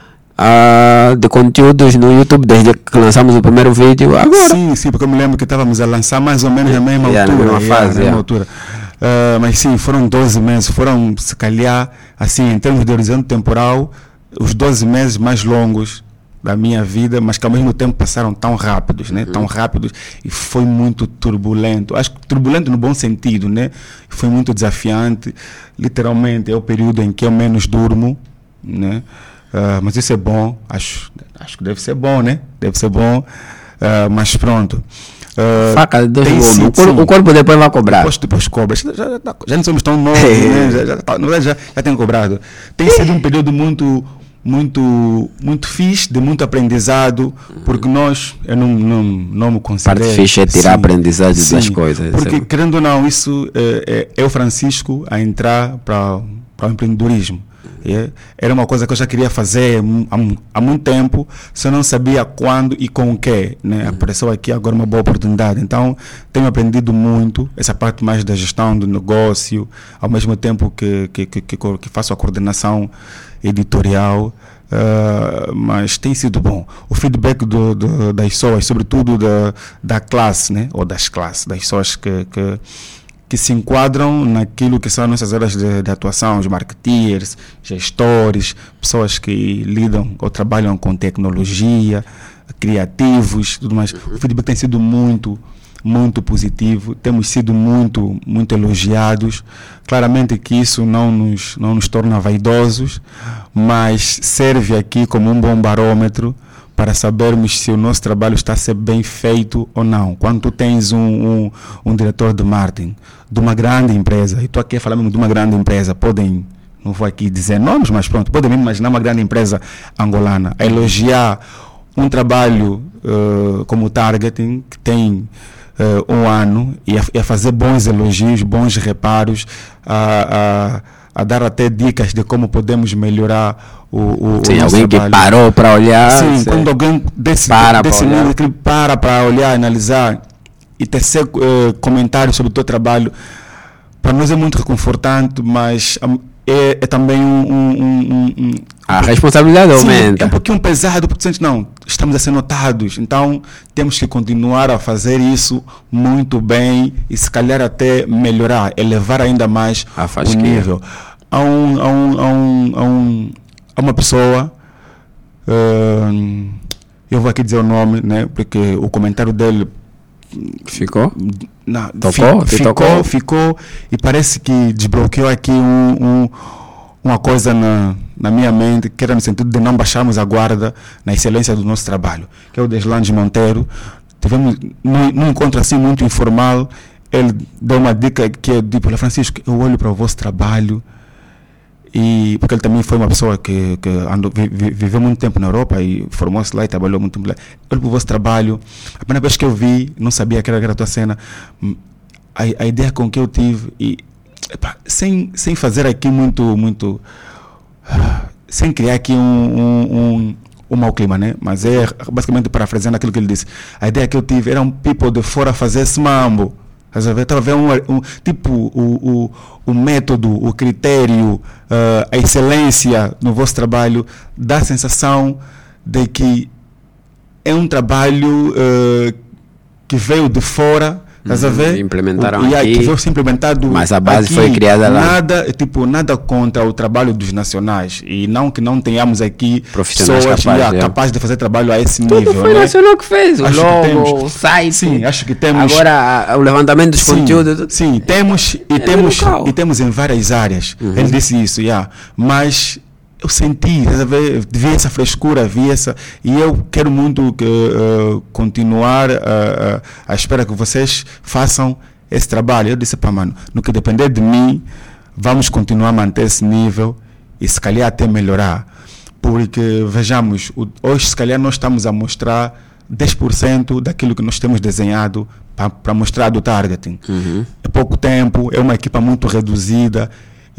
Uh, de conteúdos no YouTube desde que lançamos o primeiro vídeo agora. Sim, sim, porque eu me lembro que estávamos a lançar mais ou menos na mesma yeah, altura. Na mesma fase, yeah, na mesma altura. Uh, mas sim, foram doze meses, foram se calhar, assim, em termos de horizonte temporal, os doze meses mais longos da minha vida, mas que ao mesmo tempo passaram tão rápidos, né? Uhum. Tão rápidos e foi muito turbulento. Acho que turbulento no bom sentido, né? Foi muito desafiante. Literalmente é o período em que eu menos durmo, né? Uh, mas isso é bom, acho, acho que deve ser bom, né? Deve ser bom, uh, mas pronto. Uh, Faca, Deus sido, o, corpo, o corpo depois vai cobrar. Depois, depois cobra. Já, já, já não somos tão novos, né? já, já, já, já tem cobrado. Tem sido um período muito, muito, muito fixe, de muito aprendizado, porque nós, eu não, não, não me considero... Parte fixe é tirar sim, aprendizagem sim, das coisas. Porque, sabe? Querendo ou não, isso é, é, é o Francisco a entrar para o empreendedorismo. Yeah. Era uma coisa que eu já queria fazer há, há muito tempo, só não sabia quando e com o que, né? Uhum. Apareceu aqui agora uma boa oportunidade. Então tenho aprendido muito essa parte mais da gestão do negócio, ao mesmo tempo que, que, que, que, que faço a coordenação editorial. Uh, mas tem sido bom o feedback do, do, das pessoas, sobretudo da, da classe, né? Ou das classes, das pessoas que, que que se enquadram naquilo que são as nossas áreas de, de atuação, os marketeers, gestores, pessoas que lidam ou trabalham com tecnologia, criativos, tudo mais. O feedback tem sido muito, muito positivo, temos sido muito, muito elogiados. Claramente que isso não nos, não nos torna vaidosos, mas serve aqui como um bom barômetro para sabermos se o nosso trabalho está a ser bem feito ou não. Quando tu tens um, um, um diretor de marketing de uma grande empresa, e estou aqui a falar mesmo de uma grande empresa, podem não vou aqui dizer nomes, mas pronto, podem imaginar uma grande empresa angolana a elogiar um trabalho uh, como o Targeting, que tem uh, um ano, e a, e a fazer bons elogios, bons reparos, a, a, a dar até dicas de como podemos melhorar o, o, Sim, o nosso alguém trabalho. Que parou para olhar. Sim, sei. Quando alguém desse, para desse para nível que para para olhar, analisar e tecer uh, comentários sobre o teu trabalho, para nós é muito reconfortante, mas um, é, é também um, um, um, um a responsabilidade sim, aumenta. É um pouquinho pesado, porque sente, não, estamos a ser notados, então temos que continuar a fazer isso muito bem e se calhar até melhorar, elevar ainda mais o nível. Há, um, há, um, há, um, há, um, há uma pessoa, uh, eu vou aqui dizer o nome, né, porque o comentário dele ficou? Não, tocou, fi, ficou, ficou e parece que desbloqueou aqui um, um, uma coisa na, na minha mente, que era no sentido de não baixarmos a guarda na excelência do nosso trabalho, que é o Deslandes Monteiro. Tivemos num, num encontro assim muito informal, ele deu uma dica que é tipo, Francisco, eu olho para o vosso trabalho, e porque ele também foi uma pessoa que, que andou, vi, viveu muito tempo na Europa e formou-se lá e trabalhou muito tempo lá. Olho para o vosso trabalho, a primeira vez que eu vi, não sabia que era, que era a tua cena, a, a ideia com que eu tive, e epa, sem, sem fazer aqui muito, muito, sem criar aqui um, um, um, um mau clima, né? Mas é basicamente parafraseando aquilo que ele disse. A ideia que eu tive era um people de fora fazer esse mambo. Estava a ver um, um, tipo o, o, o método, o critério, uh, a excelência no vosso trabalho, dá a sensação de que é um trabalho uh, que veio de fora, estás a ver? Implementaram e, aqui, que veio ser implementado, mas a base aqui, foi criada lá. Nada, tipo, nada contra o trabalho dos nacionais, e não que não tenhamos aqui profissionais pessoas capazes, yeah, é. capazes de fazer trabalho a esse Tudo nível. foi né? nacional que fez, o Acho logo, que temos, o site. Sim, acho que temos. Agora o levantamento dos sim, conteúdos. Sim, temos e é temos e temos em várias áreas. Uhum. Ele disse isso, yeah. Mas eu senti, vi essa frescura, vi essa, e eu quero muito que, uh, continuar uh, uh, à espera que vocês façam esse trabalho. Eu disse, pá, mano, no que depender de mim, vamos continuar a manter esse nível e se calhar até melhorar. Porque, vejamos, o, hoje se calhar nós estamos a mostrar dez por cento daquilo que nós temos desenhado para mostrar do targeting. Uhum. É pouco tempo, é uma equipa muito reduzida,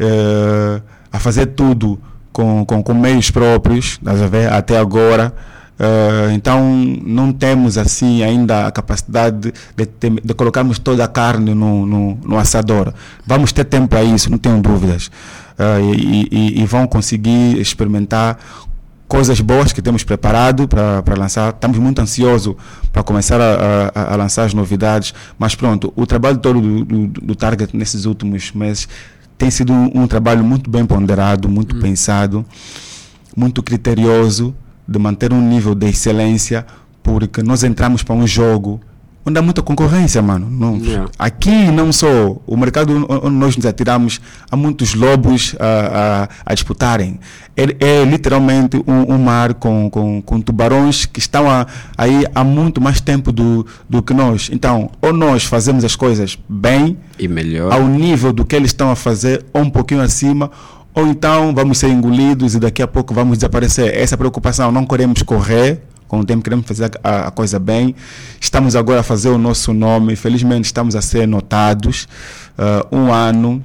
é, a fazer tudo com, com, com meios próprios, até agora. Uh, então não temos assim ainda a capacidade de, de, de colocarmos toda a carne no, no, no assador. Vamos ter tempo para isso, não tenho dúvidas, uh, e, e, e vão conseguir experimentar coisas boas que temos preparado para lançar. Estamos muito ansiosos para começar a, a, a lançar as novidades, mas pronto, o trabalho todo do, do, do Target nesses últimos meses tem sido um, um trabalho muito bem ponderado, muito hum. pensado, muito criterioso, de manter um nível de excelência, porque nós entramos para um jogo onde há muita concorrência, mano. Não, yeah. Aqui não só o mercado onde nós nos atiramos, há muitos lobos a, a, a disputarem. É, é literalmente um, um mar com, com, com tubarões que estão a, aí há muito mais tempo do, do que nós. Então, ou nós fazemos as coisas bem e melhor ao nível do que eles estão a fazer, ou um pouquinho acima, ou então vamos ser engolidos e daqui a pouco vamos desaparecer. Essa preocupação, não queremos correr com o tempo, queremos fazer a, a coisa bem. Estamos agora a fazer o nosso nome, felizmente estamos a ser notados. Uh, um ano,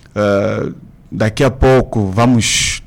uh, daqui a pouco vamos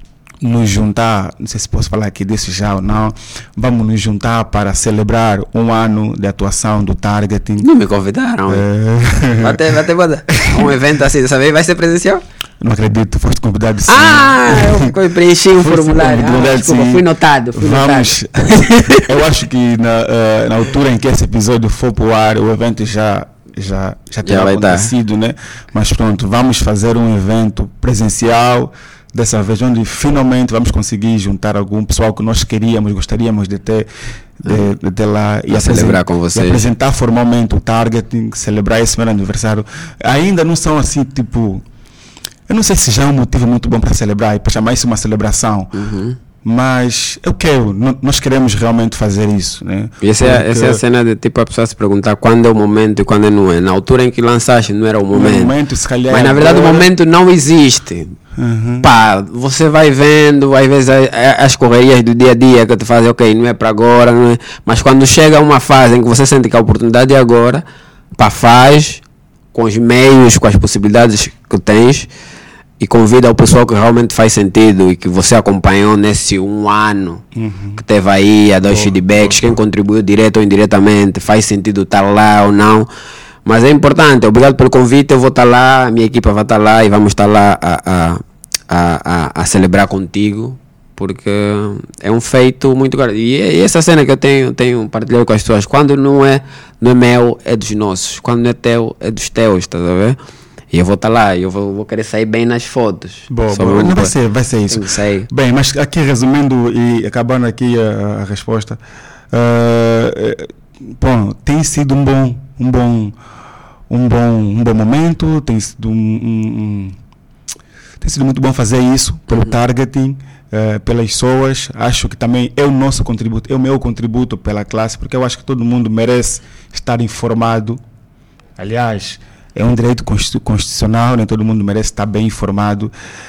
nos juntar, não sei se posso falar aqui disso já ou não, vamos nos juntar para celebrar um ano de atuação do Targeting. Não me convidaram. É. Vai ter, vai ter um evento assim, dessa vez vai ser presencial? Não acredito, foste convidado sim. Ah, eu preenchi um formulário. Ah, desculpa, fui notado. Fui Vamos, notado. Eu acho que na, uh, na altura em que esse episódio for para o ar, o evento já, já, já terá acontecido, né? Mas pronto, vamos fazer um evento presencial, dessa vez, onde finalmente vamos conseguir juntar algum pessoal que nós queríamos, gostaríamos de ter, de, de ter lá e, celebrar com vocês. E apresentar formalmente o Targeting, celebrar esse meu aniversário. Ainda não são assim, tipo... Eu não sei se já é um motivo muito bom para celebrar e para chamar isso uma celebração, uhum. mas eu quero, nós queremos realmente fazer isso, né? E essa, é, essa é a cena de tipo a pessoa se perguntar quando é o momento e quando não é. Na altura em que lançaste não era o momento, momento se calhar mas na verdade agora... o momento não existe. Uhum. Pá, você vai vendo, às vezes as correrias do dia a dia que te fazem, ok, não é para agora, não é? Mas quando chega uma fase em que você sente que a oportunidade é agora, pá, faz com os meios, com as possibilidades que tens e convida o pessoal que realmente faz sentido e que você acompanhou nesse um ano uhum. que teve aí, a dar os feedbacks, quem contribuiu direto ou indiretamente, faz sentido estar lá ou não. Mas é importante, obrigado pelo convite, eu vou estar lá, a minha equipa vai estar lá e vamos estar lá a, a, a, a, a celebrar contigo, porque é um feito muito grande. E, e essa cena que eu tenho, tenho partilhado com as pessoas, quando não é, não é meu, é dos nossos, quando não é teu, é dos teus, estás a ver? E eu vou estar lá, eu vou, vou querer sair bem nas fotos. Boa, boa. Não vai ser, vai ser isso. Bem, mas aqui resumindo e acabando aqui a, a resposta, uh, bom, tem sido um bom, um bom, um bom, um bom momento, tem sido um, um, um tem sido muito bom fazer isso pelo uhum. targeting, uh, pelas pessoas. Acho que também é o nosso contributo, é o meu contributo pela classe, porque eu acho que todo mundo merece estar informado. Aliás, é um direito constitucional, né? Todo mundo merece estar bem informado.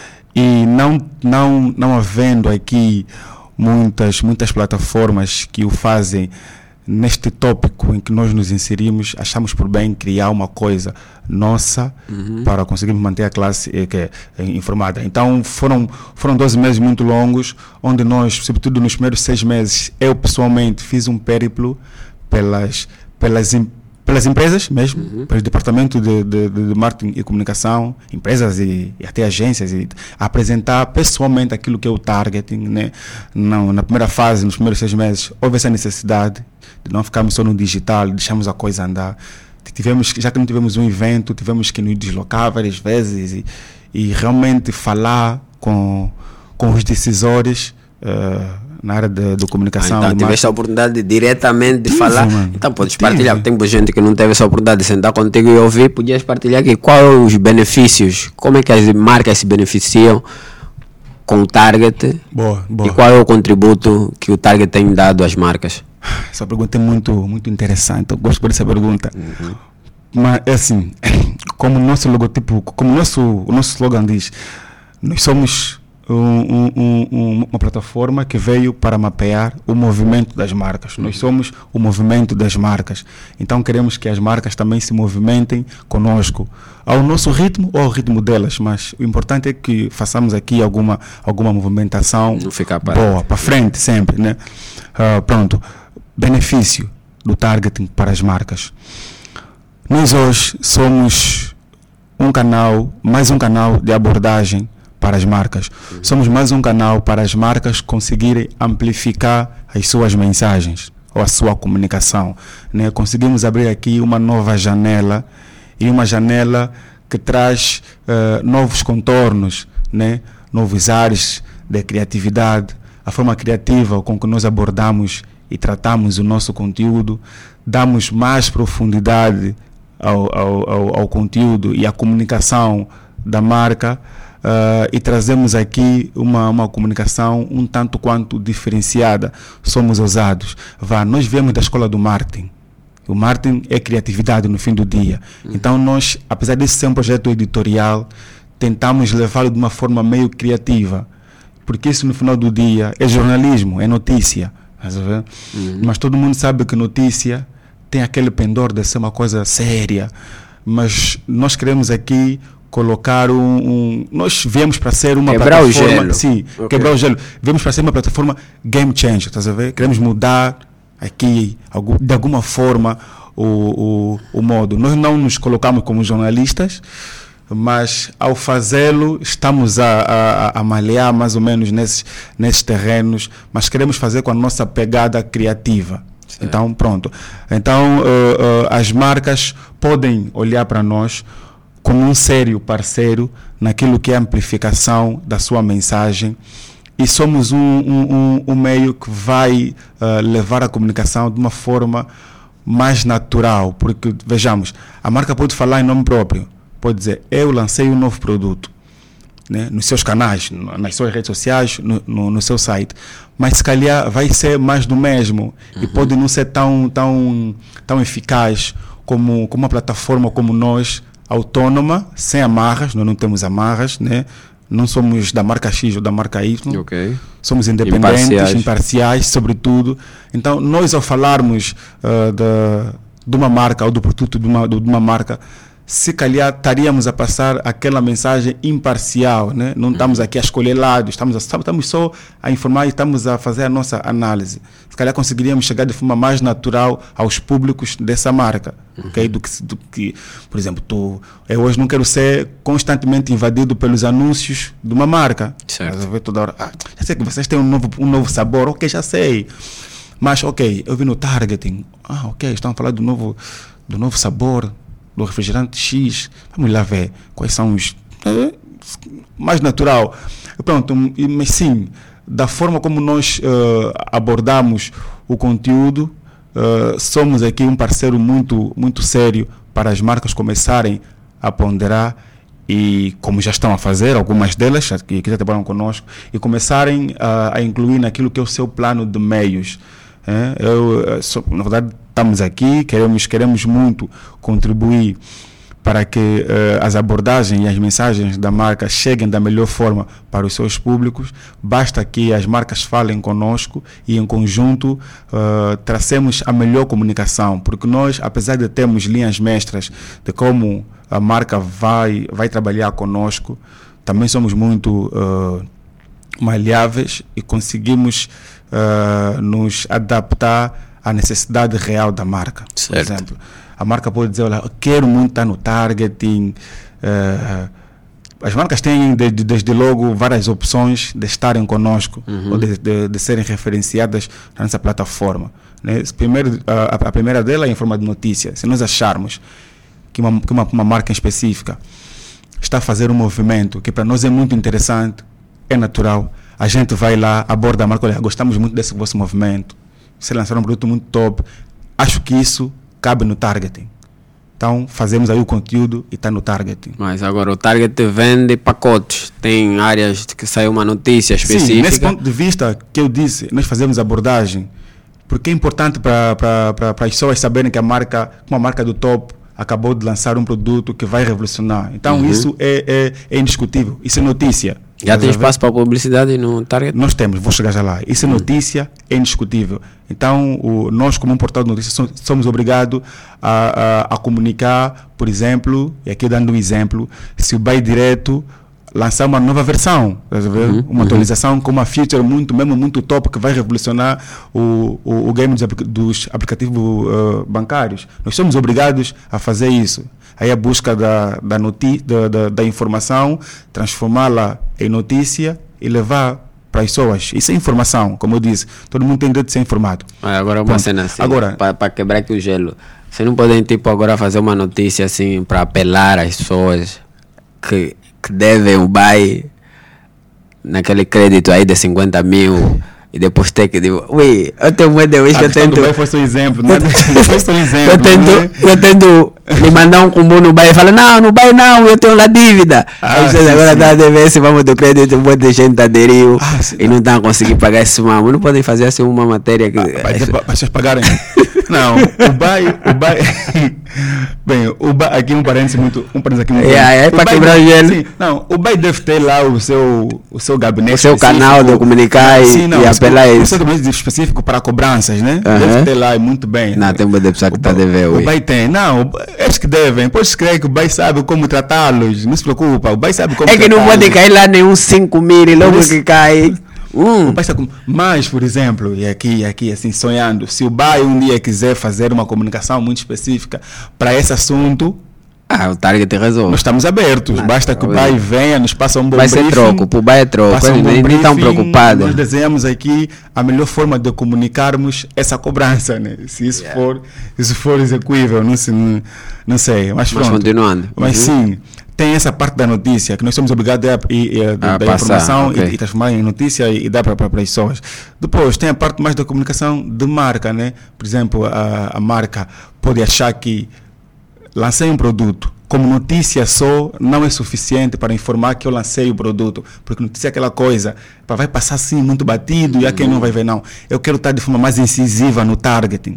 E não, não, não havendo aqui muitas, muitas plataformas que o fazem neste tópico em que nós nos inserimos, achamos por bem criar uma coisa nossa uhum. para conseguirmos manter a classe eh, que é, eh, informada. Então foram, foram doze meses muito longos, onde nós, sobretudo nos primeiros seis meses, eu pessoalmente fiz um périplo pelas, pelas pelas empresas mesmo, uhum. pelos departamentos de, de, de marketing e comunicação, empresas e, e até agências, e apresentar pessoalmente aquilo que é o targeting, né? Não, na primeira fase, nos primeiros seis meses, houve essa necessidade de não ficarmos só no digital, deixamos a coisa andar. Tivemos, já que não tivemos um evento, tivemos que nos deslocar várias vezes e, e realmente falar com, com os decisores uh, na área de, de comunicação. Ah, então tiveste a oportunidade de, diretamente de tive, falar. Mano. Então podes tive. partilhar. Tem gente que não teve essa oportunidade de sentar contigo e ouvir. Podias partilhar aqui quais os benefícios, como é que as marcas se beneficiam com o target boa, boa. E qual é o contributo que o target tem dado às marcas. Essa pergunta é muito, muito interessante. Eu gosto dessa pergunta. Uhum. Mas é assim, como o nosso logotipo, como o nosso, o nosso slogan diz, nós somos Um, um, um, uma plataforma que veio para mapear o movimento das marcas. Nós somos o movimento das marcas. Então queremos que as marcas também se movimentem conosco, ao nosso ritmo ou ao ritmo delas, mas o importante é que façamos aqui alguma, alguma movimentação boa, para frente sempre, né? Uh, pronto, benefício do targeting para as marcas. Nós hoje somos um canal, mais um canal de abordagem para as marcas. Uhum. Somos mais um canal para as marcas conseguirem amplificar as suas mensagens ou a sua comunicação, né? Conseguimos abrir aqui uma nova janela, e uma janela que traz uh, novos contornos, né? Novos ares de criatividade, a forma criativa com que nós abordamos e tratamos o nosso conteúdo, damos mais profundidade ao, ao, ao, ao conteúdo e à comunicação da marca. Uh, e trazemos aqui uma, uma comunicação um tanto quanto diferenciada. Somos ousados. Vá, nós viemos da escola do marketing. O marketing é criatividade no fim do dia. Uhum. Então nós, apesar de ser um projeto editorial, tentamos levá-lo de uma forma meio criativa. Porque isso no final do dia é jornalismo, é notícia. Uhum. Mas todo mundo sabe que notícia tem aquele pendor de ser uma coisa séria. Mas nós queremos aqui colocar um, um... Nós viemos para ser uma quebrar plataforma... o gelo. Sim, okay. Quebrar o gelo. Viemos para ser uma plataforma game changer, estás a ver? Queremos mudar aqui, de alguma forma, o, o, o modo. Nós não nos colocamos como jornalistas, mas ao fazê-lo estamos a, a, a malear mais ou menos nesses, nesses terrenos, mas queremos fazer com a nossa pegada criativa. Certo. Então, pronto. Então, uh, uh, as marcas podem olhar para nós como um sério parceiro naquilo que é a amplificação da sua mensagem, e somos um, um, um, um meio que vai uh, levar a comunicação de uma forma mais natural, porque, vejamos, a marca pode falar em nome próprio, pode dizer, eu lancei um novo produto, né, nos seus canais, nas suas redes sociais, no, no, no seu site, mas se calhar vai ser mais do mesmo, uhum. e pode não ser tão, tão, tão eficaz como, como uma plataforma como nós, autônoma, sem amarras. Nós não temos amarras, né? não somos da marca X ou da marca Y, okay. somos independentes, imparciais. imparciais, sobretudo. Então, nós ao falarmos uh, de, de uma marca ou do produto de uma, de uma marca, se calhar estaríamos a passar aquela mensagem imparcial, né? Não estamos aqui a escolher lados, estamos, a, estamos só a informar e estamos a fazer a nossa análise. Se calhar conseguiríamos chegar de forma mais natural aos públicos dessa marca, uhum. okay? do, que, do que, por exemplo, tu, eu hoje não quero ser constantemente invadido pelos anúncios de uma marca. Certo. Ver toda hora, ah, já sei que vocês têm um novo, um novo sabor, ok, já sei. Mas, ok, eu vi no targeting, ah, ok, estão a falar do novo, do novo sabor, do refrigerante X, vamos lá ver quais são os... É, mais natural. Pronto, mas sim, da forma como nós uh, abordamos o conteúdo, uh, somos aqui um parceiro muito, muito sério para as marcas começarem a ponderar e, como já estão a fazer, algumas delas que, que já trabalham conosco, e começarem uh, a incluir naquilo que é o seu plano de meios. É, eu, sou, na verdade, estamos aqui, queremos, queremos muito contribuir para que uh, as abordagens e as mensagens da marca cheguem da melhor forma para os seus públicos. Basta que as marcas falem conosco e, em conjunto, uh, tracemos a melhor comunicação, porque nós, apesar de termos linhas mestras de como a marca vai, vai trabalhar conosco, também somos muito uh, maleáveis e conseguimos Uh, nos adaptar à necessidade real da marca. Certo. Por exemplo, a marca pode dizer, olha, eu quero muito estar no targeting. Uh, as marcas têm desde, desde logo várias opções de estarem conosco, uhum. ou de, de, de serem referenciadas na nossa plataforma. Né? Primeiro, a, a primeira dela é em forma de notícia. Se nós acharmos que uma, que uma, uma marca específica está a fazer um movimento que para nós é muito interessante, é natural, a gente vai lá, aborda a marca, olha, gostamos muito desse vosso movimento, você lançaram um produto muito top, acho que isso cabe no targeting. Então fazemos aí o conteúdo e está no targeting. Mas agora o targeting vende pacotes, tem áreas que saiu uma notícia específica. Sim, nesse ponto de vista que eu disse, nós fazemos abordagem, porque é importante para as pessoas saberem que a marca, uma marca do top, acabou de lançar um produto que vai revolucionar. Então uhum. isso é, é, é indiscutível, isso é notícia. Já tem espaço para publicidade no target? Nós temos, vou chegar já lá. Isso é notícia, é indiscutível. Então, o, nós, como um portal de notícias, somos, somos obrigados a, a, a comunicar, por exemplo, e aqui dando um exemplo, se o Buy Direto lançar uma nova versão, uhum, uma uhum. atualização com uma feature muito, mesmo muito top, que vai revolucionar o, o, o game dos, dos aplicativos uh, bancários. Nós somos obrigados a fazer isso. Aí a busca da, da, noti da, da, da informação, transformá-la em notícia e levar para as pessoas. Isso é informação, como eu disse. Todo mundo tem direito de ser informado. Ah, agora uma Pronto. cena assim, para quebrar aqui o gelo. Vocês não podem, tipo, agora fazer uma notícia assim para apelar às pessoas que, que devem o buy naquele crédito aí de cinquenta mil e depois ter que dizer, ui, eu tenho muito de hoje, eu tento... O foi só um exemplo, né? Foi só um exemplo, eu tento, né? eu tento me mandar um combo no buy e fala, não, no buy não, eu tenho lá dívida. Ah, aí vocês agora estão a dever esse vamos do crédito, um monte de gente aderiu ah, e não estão a conseguir pagar esse mamo. Não podem fazer assim uma matéria que... Ah, para vocês pagarem. Não, o buy, o buy... Bem, o buy, aqui um parênteses muito... Um parênteses aqui muito... É, é para quebrar o gelo. Sim, não, o buy deve ter lá o seu, o seu gabinete o seu canal de comunicar e, sim, não, e apelar isso. O seu gabinete específico para cobranças, né? Uh-huh. Deve ter lá muito bem. Não, tem uma pessoa que está a dever. O buy tem. Não, acho que devem. Podes crer que o buy sabe como tratá-los. Não se preocupa, o buy sabe como É que não pode cair lá nenhum cinco mil e logo que cai... Hum. Mas, por exemplo, e aqui, aqui assim, sonhando, se o buy um dia quiser fazer uma comunicação muito específica para esse assunto, ah, o target resolve. Nós estamos abertos, ah, basta que o buy venha, nos passa um bom Vai briefing. Vai ser troco, o buy é troco, um nem estão preocupados. Nós desenhamos aqui a melhor forma de comunicarmos essa cobrança, né? Se isso yeah. for, se for execuível, não, se, não, não sei. Mas, mas pronto. continuando. Mas uhum. sim, tem essa parte da notícia que nós somos obrigados a, a, a, a da passar, informação okay. e, e transformar em notícia e, e dar para as pessoas. Depois tem a parte mais da comunicação de marca, né? Por exemplo, a, a marca pode achar que lancei um produto, como notícia só não é suficiente para informar que eu lancei o produto, porque notícia é aquela coisa, vai passar assim muito batido e a quem não vai ver não. Eu quero estar de forma mais incisiva no targeting.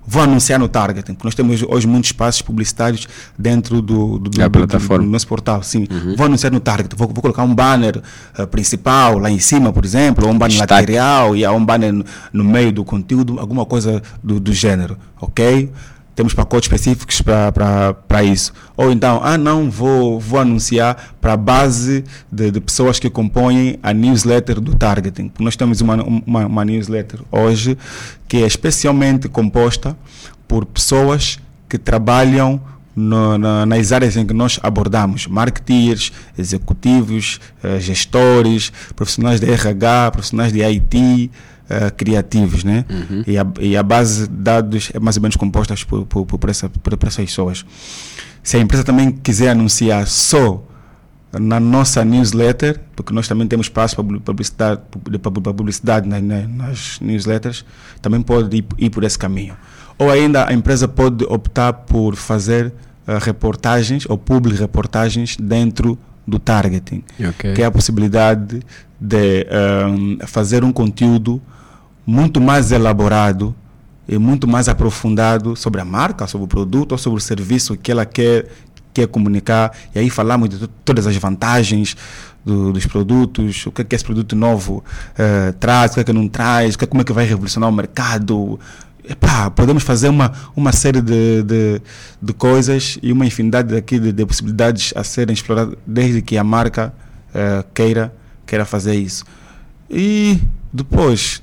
vou anunciar no targeting, porque nós temos hoje muitos espaços publicitários dentro do, do, do, a do, plataforma. do, do nosso portal. Sim, uhum. Vou anunciar no targeting, vou, vou colocar um banner uh, principal lá em cima, por exemplo, ou um banner Destaque. lateral, e um banner no, no meio do conteúdo, alguma coisa do, do gênero, ok? Temos pacotes específicos para isso. Ou então, ah não, vou, vou anunciar para a base de, de pessoas que compõem a newsletter do targeting. Nós temos uma, uma, uma newsletter hoje que é especialmente composta por pessoas que trabalham no, na, nas áreas em que nós abordamos. Marketeers, executivos, eh, gestores, profissionais de R H, profissionais de I T, Uh, criativos, né? Uhum. E, a, e a base de dados é mais ou menos composta por, por, por, essa, por, por essas pessoas. Se a empresa também quiser anunciar só na nossa newsletter, porque nós também temos espaço para publicidade, para publicidade nas, nas newsletters, também pode ir, ir por esse caminho. Ou ainda a empresa pode optar por fazer uh, reportagens ou public reportagens dentro do targeting, okay. Que é a possibilidade de um, fazer um conteúdo muito mais elaborado e muito mais aprofundado sobre a marca, sobre o produto ou sobre o serviço que ela quer, quer comunicar. E aí falamos de todas as vantagens do, dos produtos, o que é que esse produto novo uh, traz, o que é que não traz, como é que vai revolucionar o mercado. Epá, podemos fazer uma, uma série de, de, de coisas e uma infinidade aqui de, de possibilidades a serem exploradas desde que a marca uh, queira, queira fazer isso. E depois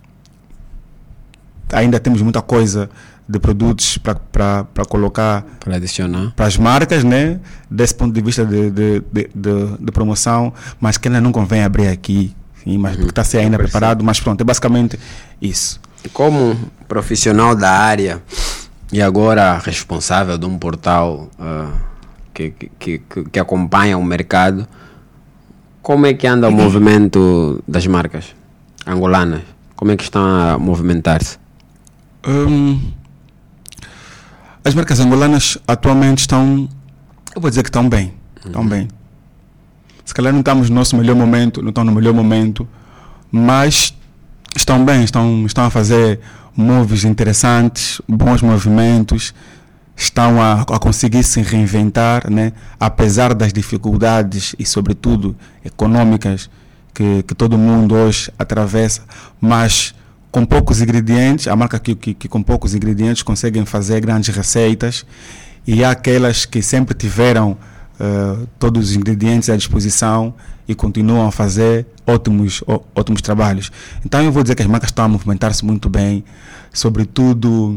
ainda temos muita coisa de produtos para colocar para adicionar para as marcas, né? Desse ponto de vista de, de, de, de, de promoção, mas que ainda não convém abrir aqui, sim, mas porque está a ser ainda preparado, mas pronto, é basicamente isso. Como profissional da área e agora responsável de um portal uh, que, que, que, que acompanha o mercado, como é que anda o movimento das marcas angolanas? Como é que estão a movimentar-se? Um, as marcas angolanas atualmente estão, eu vou dizer que estão bem, estão uhum. bem. Se calhar não estamos no nosso melhor momento, não estão no melhor momento, mas estão bem, estão, estão a fazer moves interessantes, bons movimentos, estão a, a conseguir se reinventar, né? Apesar das dificuldades e sobretudo econômicas que, que todo mundo hoje atravessa, mas com poucos ingredientes, a marca que, que, que com poucos ingredientes conseguem fazer grandes receitas, e há aquelas que sempre tiveram uh, todos os ingredientes à disposição e continuam a fazer ótimos, ó, ótimos trabalhos. Então eu vou dizer que as marcas estão a movimentar-se muito bem, sobretudo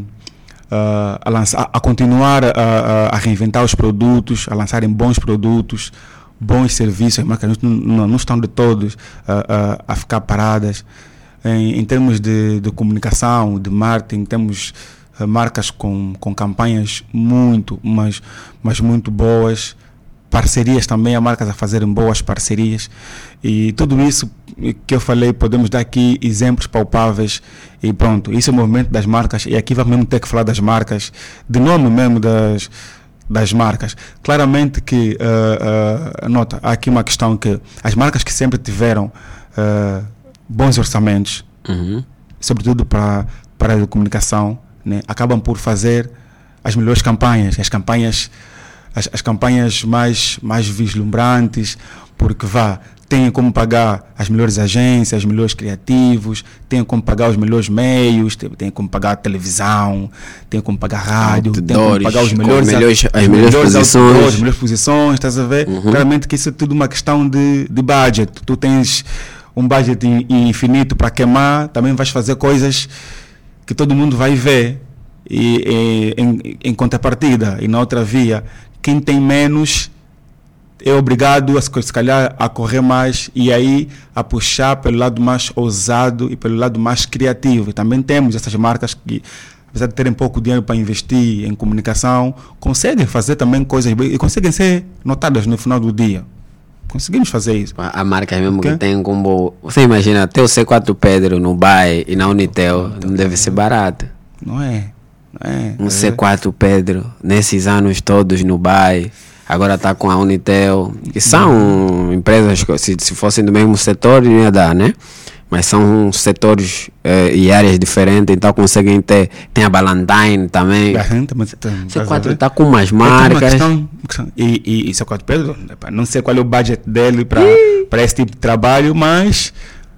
uh, a, lançar, a continuar a, a, a reinventar os produtos, a lançarem bons produtos, bons serviços. As marcas não, não, não estão de todos uh, uh, a ficar paradas. Em, em termos de, de comunicação, de marketing, temos uh, marcas com, com campanhas muito, mas, mas muito boas, parcerias também, há marcas a fazerem boas parcerias, e tudo isso que eu falei, podemos dar aqui exemplos palpáveis, e pronto, isso é o movimento das marcas, e aqui vamos mesmo ter que falar das marcas, de nome mesmo das, das marcas. Claramente que, uh, uh, nota, há aqui uma questão que as marcas que sempre tiveram uh, bons orçamentos, uhum. sobretudo para, para a comunicação, né, acabam por fazer as melhores campanhas, as campanhas As, as campanhas mais, mais vislumbrantes, porque vá, têm como pagar as melhores agências, os melhores criativos, têm como pagar os melhores meios, têm como pagar a televisão, têm como pagar a rádio, têm como pagar os melhores, melhores, as, as os melhores melhores posições. Autores, as melhores posições, estás a ver? Uhum. Claramente que isso é tudo uma questão de, de budget. Tu tens um budget infinito para queimar, também vais fazer coisas que todo mundo vai ver, e, e em, em contrapartida, e na outra via, quem tem menos é obrigado a, se calhar, a correr mais, e aí a puxar pelo lado mais ousado e pelo lado mais criativo. E também temos essas marcas que, apesar de terem pouco dinheiro para investir em comunicação, conseguem fazer também coisas e conseguem ser notadas no final do dia. Conseguimos fazer isso. A marca mesmo okay? que tem como... Você imagina, até o C quatro Pedro no B A E e na Unitel não, não deve ser barato. Não é. É, um é. C quatro Pedro, nesses anos todos no B A E, agora está com a Unitel, que são uhum. empresas que se, se fossem do mesmo setor não ia dar, né? mas são setores uh, e áreas diferentes, então conseguem ter, tem a Ballantyne também. C quatro está com umas marcas. Questão, e, e, e C quatro Pedro, não sei qual é o budget dele para esse tipo de trabalho, mas...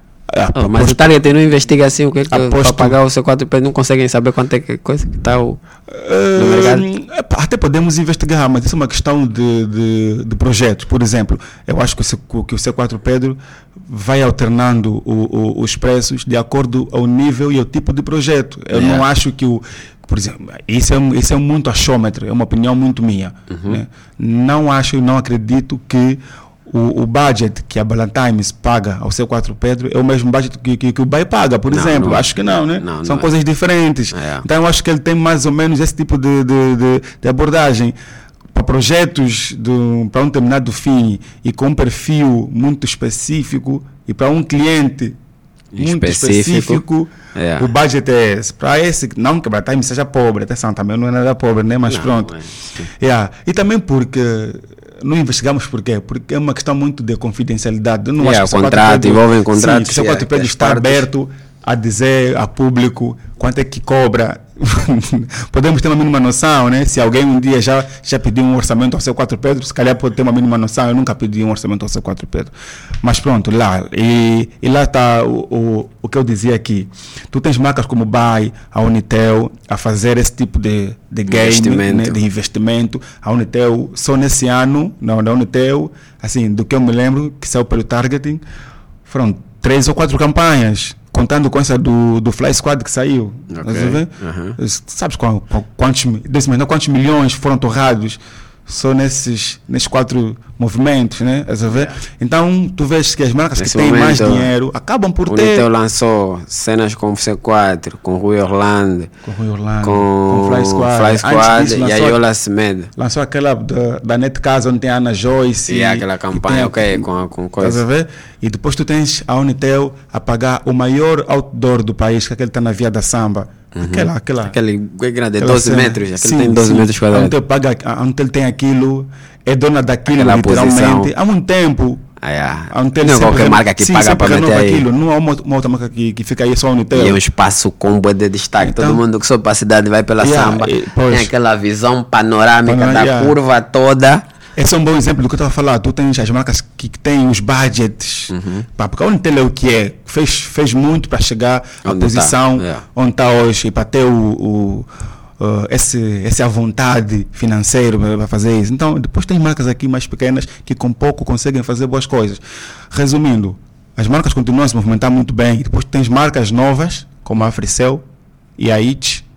Oh, aposto, mas o Target não investiga assim o que é que aposto, para pagar o C quatro P, não conseguem saber quanto é que coisa que está o, uh, no mercado? Até podemos investigar, mas isso é uma questão de, de, de projetos. Por exemplo, eu acho que o, que o C quatro Pedro vai alternando o, o, os preços de acordo ao nível e ao tipo de projeto. Eu yeah. não acho que o... Por exemplo, isso é, isso é muito achômetro, é uma opinião muito minha. Uhum. Né? Não acho e não acredito que O, o budget que a Ballantyne paga ao C quatro Pedro é o mesmo budget que, que, que o B A E paga, por não, exemplo. Não, acho que não, né? Não, São não coisas é. diferentes. É. Então eu acho que ele tem mais ou menos esse tipo de, de, de, de abordagem. Para projetos para um determinado fim e com um perfil muito específico e para um cliente muito específico, específico é. o budget é esse. Para esse, não que a Ballantyne seja pobre, atenção, também não é nada pobre, né? Mas não, pronto. Mas... Yeah. E também porque... Não investigamos por quê? Porque é uma questão muito de confidencialidade. Eu não yeah, acho que o contrato, envolve contratos. Se o C quatro Pedro está aberto a dizer a público quanto é que cobra, podemos ter uma mínima noção, né? Se alguém um dia já, já pediu um orçamento ao C quatro Pedro, se calhar pode ter uma mínima noção. Eu nunca pedi um orçamento ao C quatro Pedro. Mas pronto, lá. E, e lá está o, o, o que eu dizia aqui. Tu tens marcas como o B A E, a Unitel, a fazer esse tipo de, de game, investimento. Né? De investimento. A Unitel, só nesse ano, não, da Unitel, assim, do que eu me lembro, que saiu pelo targeting, foram três ou quatro campanhas. Contando com essa do, do Fly Squad que saiu. Okay. Uhum. Sabes qual, qual, quantos, não, quantos milhões foram torrados só nesses, nesses quatro movimentos, né? Yeah. Então, tu vês que as marcas Nesse que têm mais dinheiro acabam por o ter... O Unitel lançou cenas com o C quatro, com o Rui Orlando, com, Rui Orlando, com, com Fly Squad, Fly Squad disso, e a Yola Semedo. Lançou aquela da, da Netcasa, onde tem a Ana Joyce. E, e aquela campanha, ok, com, com coisa. Estás a ver? E depois tu tens a Unitel a pagar o maior outdoor do país, que aquele está na Via da Samba. Uhum. Aquela, aquela, aquele é grande, doze metros, aquele sim, tem doze sim. metros quadrados. A Unitel paga, a Unitel tem aquilo, é dona daquilo, aquela literalmente. Posição. Há muito tempo. Ah, yeah. a Unitel não é qualquer marca que sim, paga para meter aí. Aquilo. Não há uma, uma outra marca que, que fica aí só a Unitel. E é um espaço com bué de destaque. Então, todo mundo que sobe para a cidade vai pela yeah, Samba. E, pois, tem aquela visão panorâmica Panor da yeah. curva toda. Esse é um bom exemplo do que eu estava a falar. Tu tens as marcas que, que têm os budgets. Uhum. Pá, porque a Unitel é o que é. Fez, fez muito para chegar à onde posição tá? yeah. onde está hoje e para ter o, o, uh, esse, essa vontade financeira para fazer isso. Então, depois tem marcas aqui mais pequenas que com pouco conseguem fazer boas coisas. Resumindo, as marcas continuam a se movimentar muito bem. E depois tens marcas novas, como a Africell e a I T H,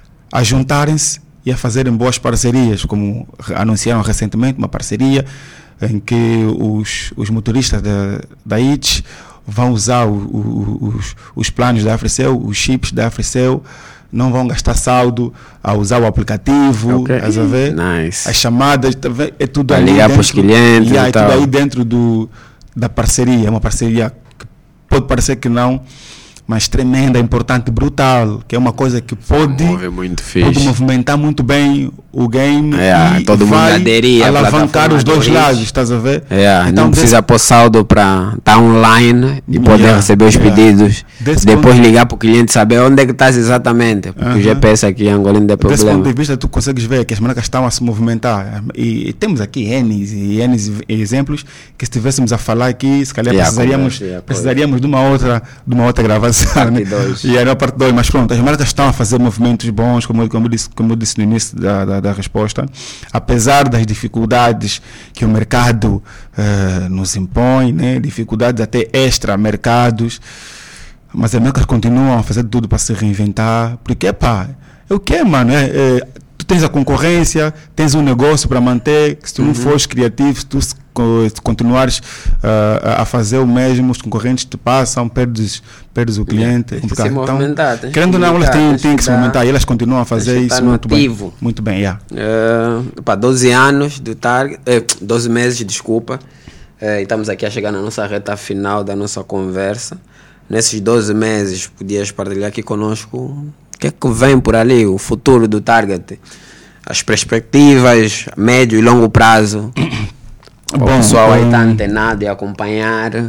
a juntarem-se e a fazerem boas parcerias, como anunciaram recentemente uma parceria em que os, os motoristas da, da I T H vão usar o, o, os, os planos da Africell, os chips da Africell, não vão gastar saldo a usar o aplicativo, okay. a ver? Nice. As chamadas, é tudo ali ligar para os clientes e é tudo aí dentro do, da parceria, é uma parceria que pode parecer que não, mas tremenda, importante, brutal, que é uma coisa que pode, muito pode movimentar muito bem o game é, e todo vai mundo aderir alavancar os dois lados, estás a ver? É, então, não precisa desse... pôr saldo para estar tá online e poder yeah, receber os yeah. pedidos, desse depois ponto... ligar para o cliente saber onde é que estás exatamente, porque uh-huh. o G P S aqui em Angola não tem problema. Desse ponto de vista tu consegues ver que as marcas estão a se movimentar e, e temos aqui N e N exemplos que se estivéssemos a falar aqui, se calhar yeah, precisaríamos, yeah, precisaríamos de uma outra, de uma outra gravação, né? E era a parte dois, mas pronto, as marcas estão a fazer movimentos bons, como, como, eu, disse, como eu disse no início da, da, da resposta, apesar das dificuldades que o mercado uh, nos impõe, né? Dificuldades até extra mercados, mas as marcas continuam a fazer tudo para se reinventar, porque pá, é o que, mano, é, é, tu tens a concorrência, tens um negócio para manter, se tu uhum. não fores criativo, se tu se continuares uh, a fazer o mesmo, os concorrentes te passam, perdes, perdes o cliente. Tem que se movimentar, então, querendo ou não, elas têm, têm que se movimentar e elas continuam a fazer isso muito bem. Muito bem, yeah. uh, pá, doze anos do Target, eh, doze meses, desculpa. Uh, e estamos aqui a chegar na nossa reta final da nossa conversa. Nesses doze meses, podias partilhar aqui conosco o que é que vem por ali, o futuro do Target, as perspectivas, médio e longo prazo. O Bom, pessoal aí está antenado e acompanhar.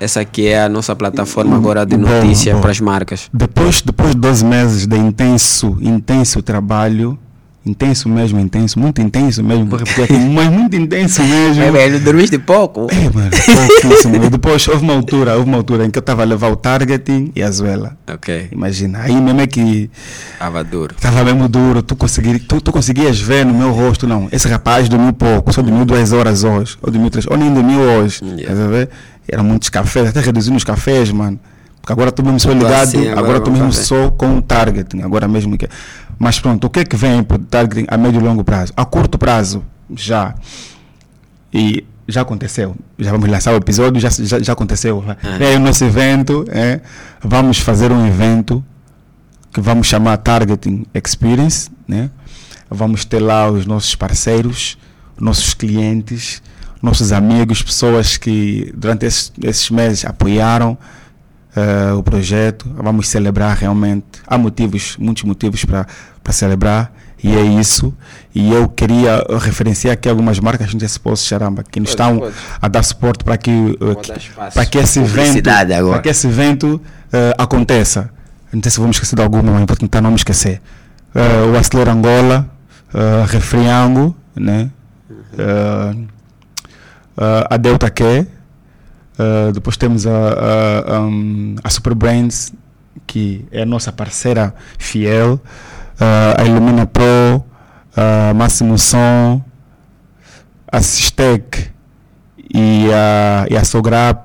essa aqui é a nossa plataforma agora de notícia para as marcas. Depois, depois de doze meses de intenso, intenso trabalho, intenso mesmo, intenso, muito intenso mesmo, vou repetir aqui, mas muito intenso mesmo. É, velho, dormiste pouco? É, mano, pouquíssimo. Depois houve uma altura, houve uma altura em que eu estava a levar o targeting e a Zuela. Ok. Imagina, aí mesmo é que estava duro. Estava mesmo duro, tu, consegui, tu, tu conseguias ver no meu rosto, não, esse rapaz dormiu pouco, só dormiu duas horas hoje, ou dormiu três, ou nem dormiu hoje, yeah. Tá ver? Eram muitos cafés, até reduzindo os cafés, mano, porque agora tu mesmo só ligado, assim, agora tu mesmo café. Só com o targeting, agora mesmo que... Mas pronto, o que é que vem para o targeting a médio e longo prazo? A curto prazo, já, e já aconteceu, já vamos lançar o episódio, já, já, já aconteceu, ah. É o nosso evento, é, vamos fazer um evento que vamos chamar Targeting Experience, né? Vamos ter lá os nossos parceiros, nossos clientes, nossos amigos, pessoas que durante esses, esses meses apoiaram uh, o projeto. Vamos celebrar realmente. Há motivos, muitos motivos para para celebrar, e é isso. E eu queria referenciar aqui algumas marcas, a gente se pode charamba, que nos pode, estão pode. a dar suporte para que, uh, que, para que esse evento, para que esse evento uh, aconteça. Não sei se vamos esquecer de alguma, mas vou tentar não me esquecer. Uh, o Acelera Angola, uh, Refriango, né? Uh, uh, a Delta Q, uh, depois temos a, a, um, a Super Brands, que é a nossa parceira fiel, uh, a Illumina Pro, a Máximo Som, a Sistec e a, e a Sograp,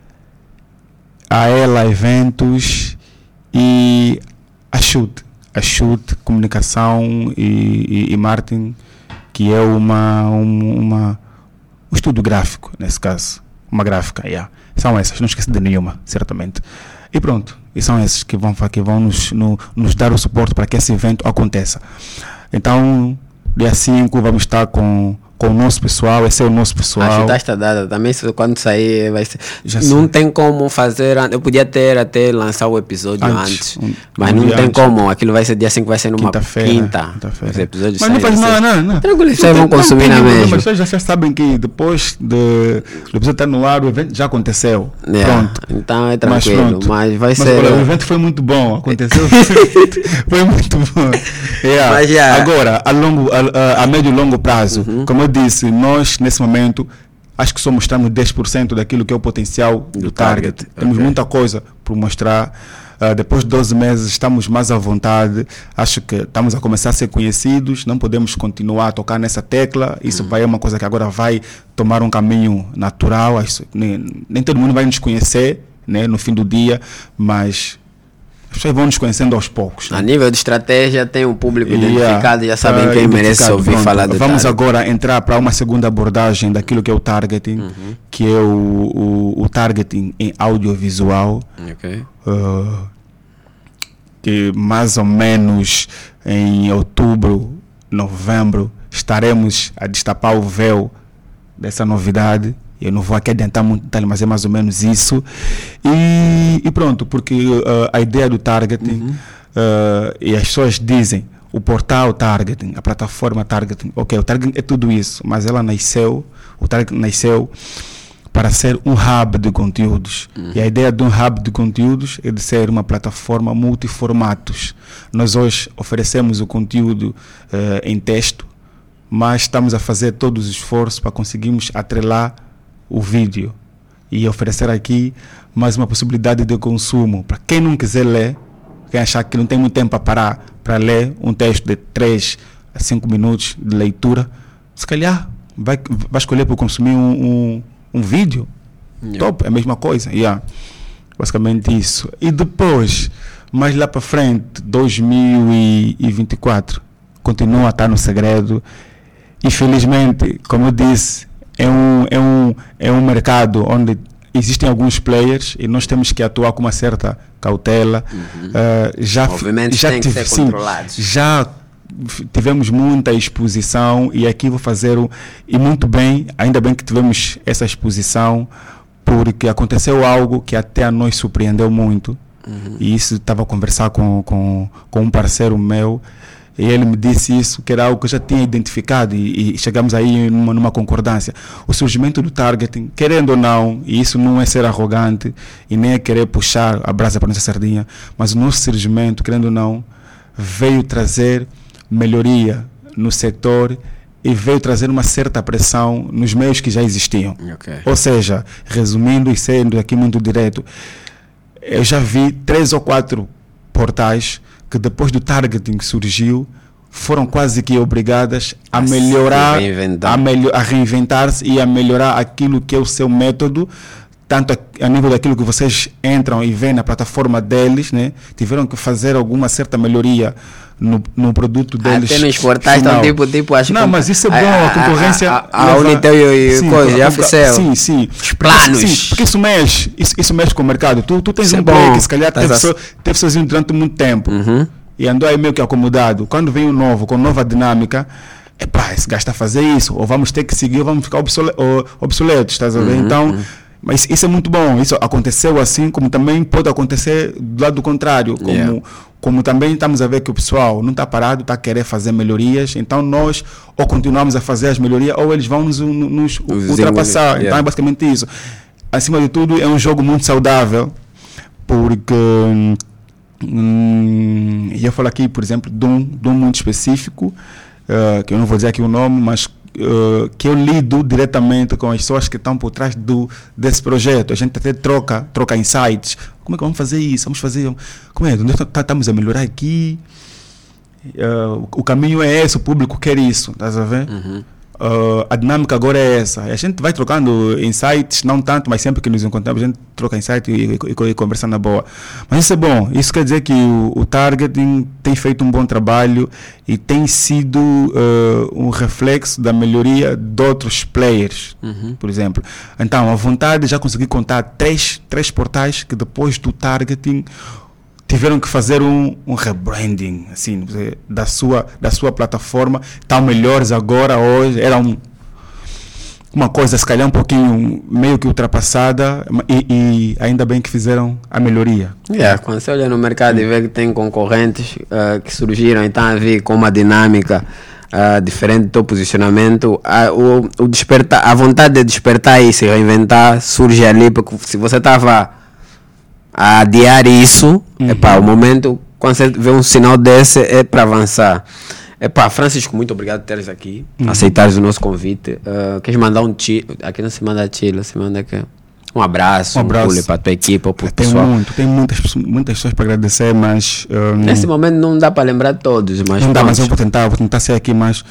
a Ela Eventos e a Shoot, a Shoot Comunicação e, e, e Marketing, que é uma, um, uma um estudo gráfico, nesse caso, uma gráfica, yeah. São essas, não esqueci de nenhuma, certamente. E pronto, e são esses que vão, que vão nos, no, nos dar o suporte para que esse evento aconteça. Então, dia cinco vamos estar com, com o nosso pessoal, esse é o nosso pessoal. Ajudaste a data também, quando sair vai ser... Já não sei. Tem como fazer, eu podia ter até lançar o episódio antes, antes um, mas um não tem antes. Como, aquilo vai ser dia cinco, vai ser numa quinta-feira. Quinta, quinta mas não faz nada, não, não. Tranquilo, vocês vão consumir na mesma. Mas as pessoas já, já sabem que depois de, do episódio estar no ar, o evento já aconteceu. Yeah. Pronto. Então é tranquilo, mas, mas vai mas, ser... Olha, o evento foi muito bom, aconteceu, foi muito bom. Yeah. Mas, yeah. Agora, a, longo, a, a, a médio e longo prazo, uhum. como eu disse, nós nesse momento acho que só mostramos dez por cento daquilo que é o potencial do, do target. target. Temos okay. muita coisa por mostrar. Uh, depois de doze meses estamos mais à vontade. Acho que estamos a começar a ser conhecidos. Não podemos continuar a tocar nessa tecla. Isso uhum. vai é uma coisa que agora vai tomar um caminho natural. Acho, nem, nem todo mundo vai nos conhecer, né, no fim do dia, mas as pessoas vão nos conhecendo aos poucos. A nível de estratégia, tem um público identificado, já sabem uh, quem merece ouvir pronto. falar do Vamos target. Agora entrar para uma segunda abordagem daquilo que é o targeting, uhum. que é o, o, o targeting em audiovisual. Okay. Uh, que mais ou menos em outubro, novembro, estaremos a destapar o véu dessa novidade. Eu não vou aqui adiantar muito detalhe, mas é mais ou menos isso. E, e pronto, porque uh, a ideia do targeting, uhum. uh, e as pessoas dizem, o portal targeting, a plataforma targeting, ok, o targeting é tudo isso, mas ela nasceu, o targeting nasceu para ser um hub de conteúdos. Uhum. E a ideia de um hub de conteúdos é de ser uma plataforma multiformatos. Nós hoje oferecemos o conteúdo uh, em texto, mas estamos a fazer todos os esforços para conseguirmos atrelar o vídeo e oferecer aqui mais uma possibilidade de consumo para quem não quiser ler, quem achar que não tem muito tempo para parar para ler um texto de três a cinco minutos de leitura, se calhar vai, vai escolher por consumir um, um, um vídeo. Yeah. Top, é a mesma coisa. Yeah. Basicamente isso. E depois, mais lá para frente, dois mil e vinte e quatro, continua a estar no segredo. Infelizmente, como eu disse, É um, é, um, é um mercado onde existem alguns players e nós temos que atuar com uma certa cautela. Uhum. Uh, já Movimentos já têm que ser sim, controlados. Já tivemos muita exposição e aqui vou fazer um, e muito bem, ainda bem que tivemos essa exposição, porque aconteceu algo que até a nós surpreendeu muito. Uhum. E isso estava a conversar com, com, com um parceiro meu E ele me disse isso, que era algo que eu já tinha identificado e, e chegamos aí numa, numa concordância. O surgimento do targeting, querendo ou não, e isso não é ser arrogante e nem é querer puxar a brasa para a nossa sardinha, mas o nosso surgimento, querendo ou não, veio trazer melhoria no setor e veio trazer uma certa pressão nos meios que já existiam. Okay. Ou seja, resumindo e sendo aqui muito direto, eu já vi três ou quatro portais que depois do targeting surgiu, foram quase que obrigadas a melhorar, a, melho, a reinventar-se e a melhorar aquilo que é o seu método, tanto a, a nível daquilo que vocês entram e veem na plataforma deles, né? Tiveram que fazer alguma certa melhoria no, no produto deles. Até nos portais estão tipo, tipo, acho Não, mas isso é bom, a, a concorrência... A, a, a Unitel e, e coisa, já fizeram. Sim, sim. Os planos. Sim, porque isso mexe, isso, isso mexe com o mercado. Tu, tu tens isso um é play que se calhar teve, so, teve sozinho durante muito tempo. Uhum. E andou aí meio que acomodado. Quando vem o novo, com nova dinâmica, epá, esse gajo está a fazer isso, ou vamos ter que seguir, ou vamos ficar obsole obsoletos, estás a ver? Uhum, então, uhum. Mas isso é muito bom. Isso aconteceu assim, como também pode acontecer do lado contrário. Como, yeah. como também estamos a ver que o pessoal não está parado, está a querer fazer melhorias. Então, nós ou continuamos a fazer as melhorias, ou eles vão nos, nos ultrapassar. Yeah. Então, é basicamente isso. Acima de tudo, é um jogo muito saudável, porque... Hum, e eu falo aqui, por exemplo, de um, de um muito específico, uh, que eu não vou dizer aqui o nome, mas uh, que eu lido diretamente com as pessoas que estão por trás do, desse projeto. A gente até troca, troca insights. Como é que vamos fazer isso? Vamos fazer. Como é? Nós estamos a melhorar aqui. Uh, o caminho é esse, o público quer isso, estás a ver? Uhum. Uh, a dinâmica agora é essa. A gente vai trocando insights, não tanto, mas sempre que nos encontramos a gente troca insights e, e, e, e conversa na boa. Mas isso é bom. Isso quer dizer que o, o targeting tem feito um bom trabalho e tem sido uh, um reflexo da melhoria de outros players, uhum. por exemplo. Então, à vontade, já consegui contar três, três portais que depois do targeting tiveram que fazer um, um rebranding assim, da, sua, da sua plataforma. Estão melhores agora, hoje. Era um, uma coisa, se calhar, um pouquinho meio que ultrapassada, e, e ainda bem que fizeram a melhoria. Yeah, quando você olha no mercado hum. e vê que tem concorrentes uh, que surgiram e estão a vir com uma dinâmica uh, diferente do teu posicionamento, uh, o, o despertar, a vontade de despertar e se reinventar surge ali, porque se você estava a adiar isso, uhum. epá, o momento, quando você vê um sinal desse, é para avançar. Epá, Francisco, muito obrigado por teres aqui, uhum. aceitares o nosso convite. Uh, queres mandar um chile? Aqui não se manda chile, se manda aqui. Um abraço, um abraço. Um para a tua equipa, para o tem pessoal. Muito, tem muitas, muitas pessoas para agradecer, mas... Um, nesse momento não dá para lembrar todos, mas... Não dá, mas eu vou tentar, vou tentar ser aqui mais...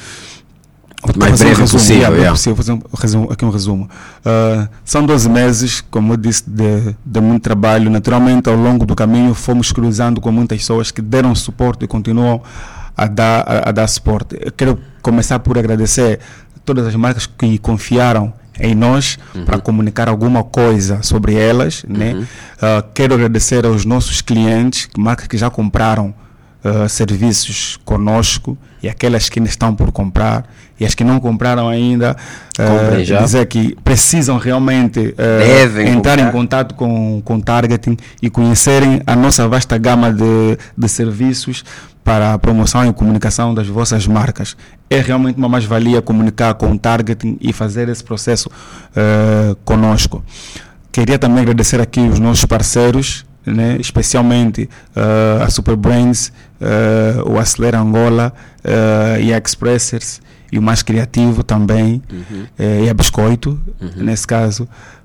mais breve um resumo, possível, yeah, yeah. possível fazer um resumo, aqui um resumo. Uh, são doze meses, como eu disse, de, de muito trabalho. Naturalmente, ao longo do caminho, fomos cruzando com muitas pessoas que deram suporte e continuam a dar, a, a dar suporte. Eu quero começar por agradecer todas as marcas que confiaram em nós, uhum. para comunicar alguma coisa sobre elas, uhum. né? Uh, quero agradecer aos nossos clientes, marcas que já compraram Uh, serviços conosco, e aquelas que ainda estão por comprar, e as que não compraram ainda, uh, dizer que precisam realmente uh, entrar comprar. em contato com com targeting e conhecerem a nossa vasta gama de, de serviços para a promoção e comunicação das vossas marcas. É realmente uma mais-valia comunicar com targeting e fazer esse processo uh, conosco. Queria também agradecer aqui os nossos parceiros, né, especialmente uh, a Superbrains, uh, o Acelera Angola uh, e a Expressers, e o mais criativo também, uhum. uh, e a Biscoito, uhum. nesse caso,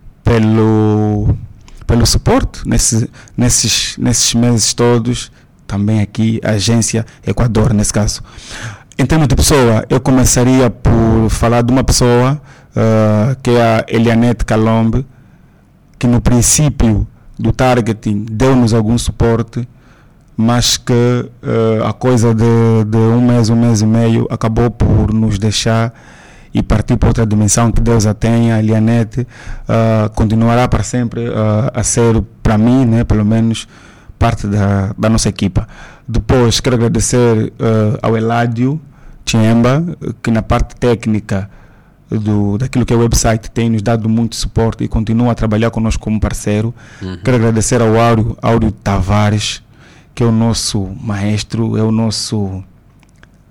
pelo, pelo suporte nesse, nesses, nesses meses todos. Também aqui a agência Equador, nesse caso. Em termos de pessoa, eu começaria por falar de uma pessoa uh, que é a Elianete Calombe, que no princípio do targeting deu-nos algum suporte, mas que uh, a coisa de, de um mês, um mês e meio acabou por nos deixar e partir para outra dimensão. Que Deus a tenha. A Elianete uh, continuará para sempre uh, a ser, para mim, né, pelo menos, parte da, da nossa equipa. Depois quero agradecer uh, ao Eladio Chiemba, que na parte técnica Do, daquilo que é o website tem nos dado muito suporte e continua a trabalhar conosco como parceiro. Uhum. Quero agradecer ao Áureo, Áureo Tavares, que é o nosso maestro, é o nosso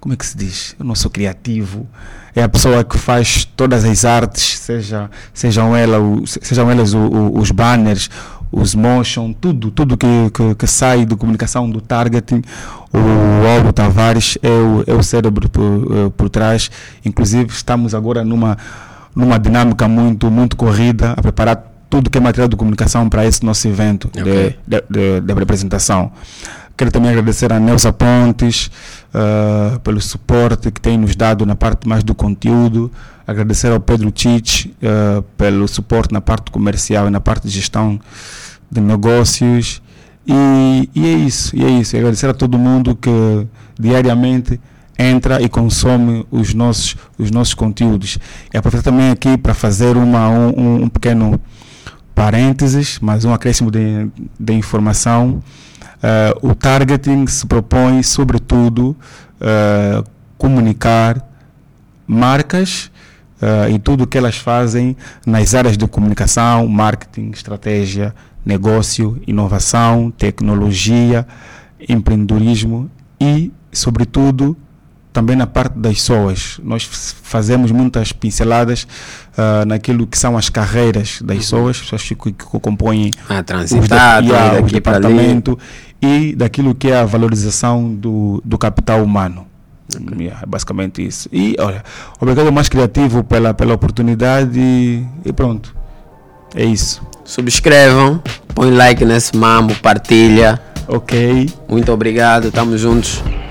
como é que se diz? Eu não sou criativo. É a pessoa que faz todas as artes, seja, sejam, ela, o, sejam elas o, o, os banners, os motion, tudo, tudo que, que, que sai de comunicação, do targeting. O Albo Tavares é o, é o cérebro por, por trás. Inclusive estamos agora numa, numa dinâmica muito, muito corrida, a preparar tudo que é material de comunicação para esse nosso evento, okay, de, de, de, de representação. Quero também agradecer a Nelsa Pontes uh, pelo suporte que tem nos dado na parte mais do conteúdo. Agradecer ao Pedro Tite uh, pelo suporte na parte comercial e na parte de gestão de negócios. E, e é isso, e é isso. Agradecer a todo mundo que diariamente entra e consome os nossos, os nossos conteúdos. E aproveitar também aqui para fazer uma, um, um pequeno parênteses, mais um acréscimo de, de informação. Uh, o targeting se propõe, sobretudo, uh, comunicar marcas uh, e tudo o que elas fazem nas áreas de comunicação, marketing, estratégia, negócio, inovação, tecnologia, empreendedorismo e, sobretudo, também na parte das pessoas. Nós fazemos muitas pinceladas uh, naquilo que são as carreiras das pessoas, pessoas que, que compõem ah, transitado, o departamento e daquilo que é a valorização do, do capital humano. Okay. É basicamente isso. E, olha, obrigado ao Mais Criativo pela, pela oportunidade e, e pronto. É isso. Subscrevam, põe like nesse mambo, partilha. Ok. Muito obrigado, estamos juntos.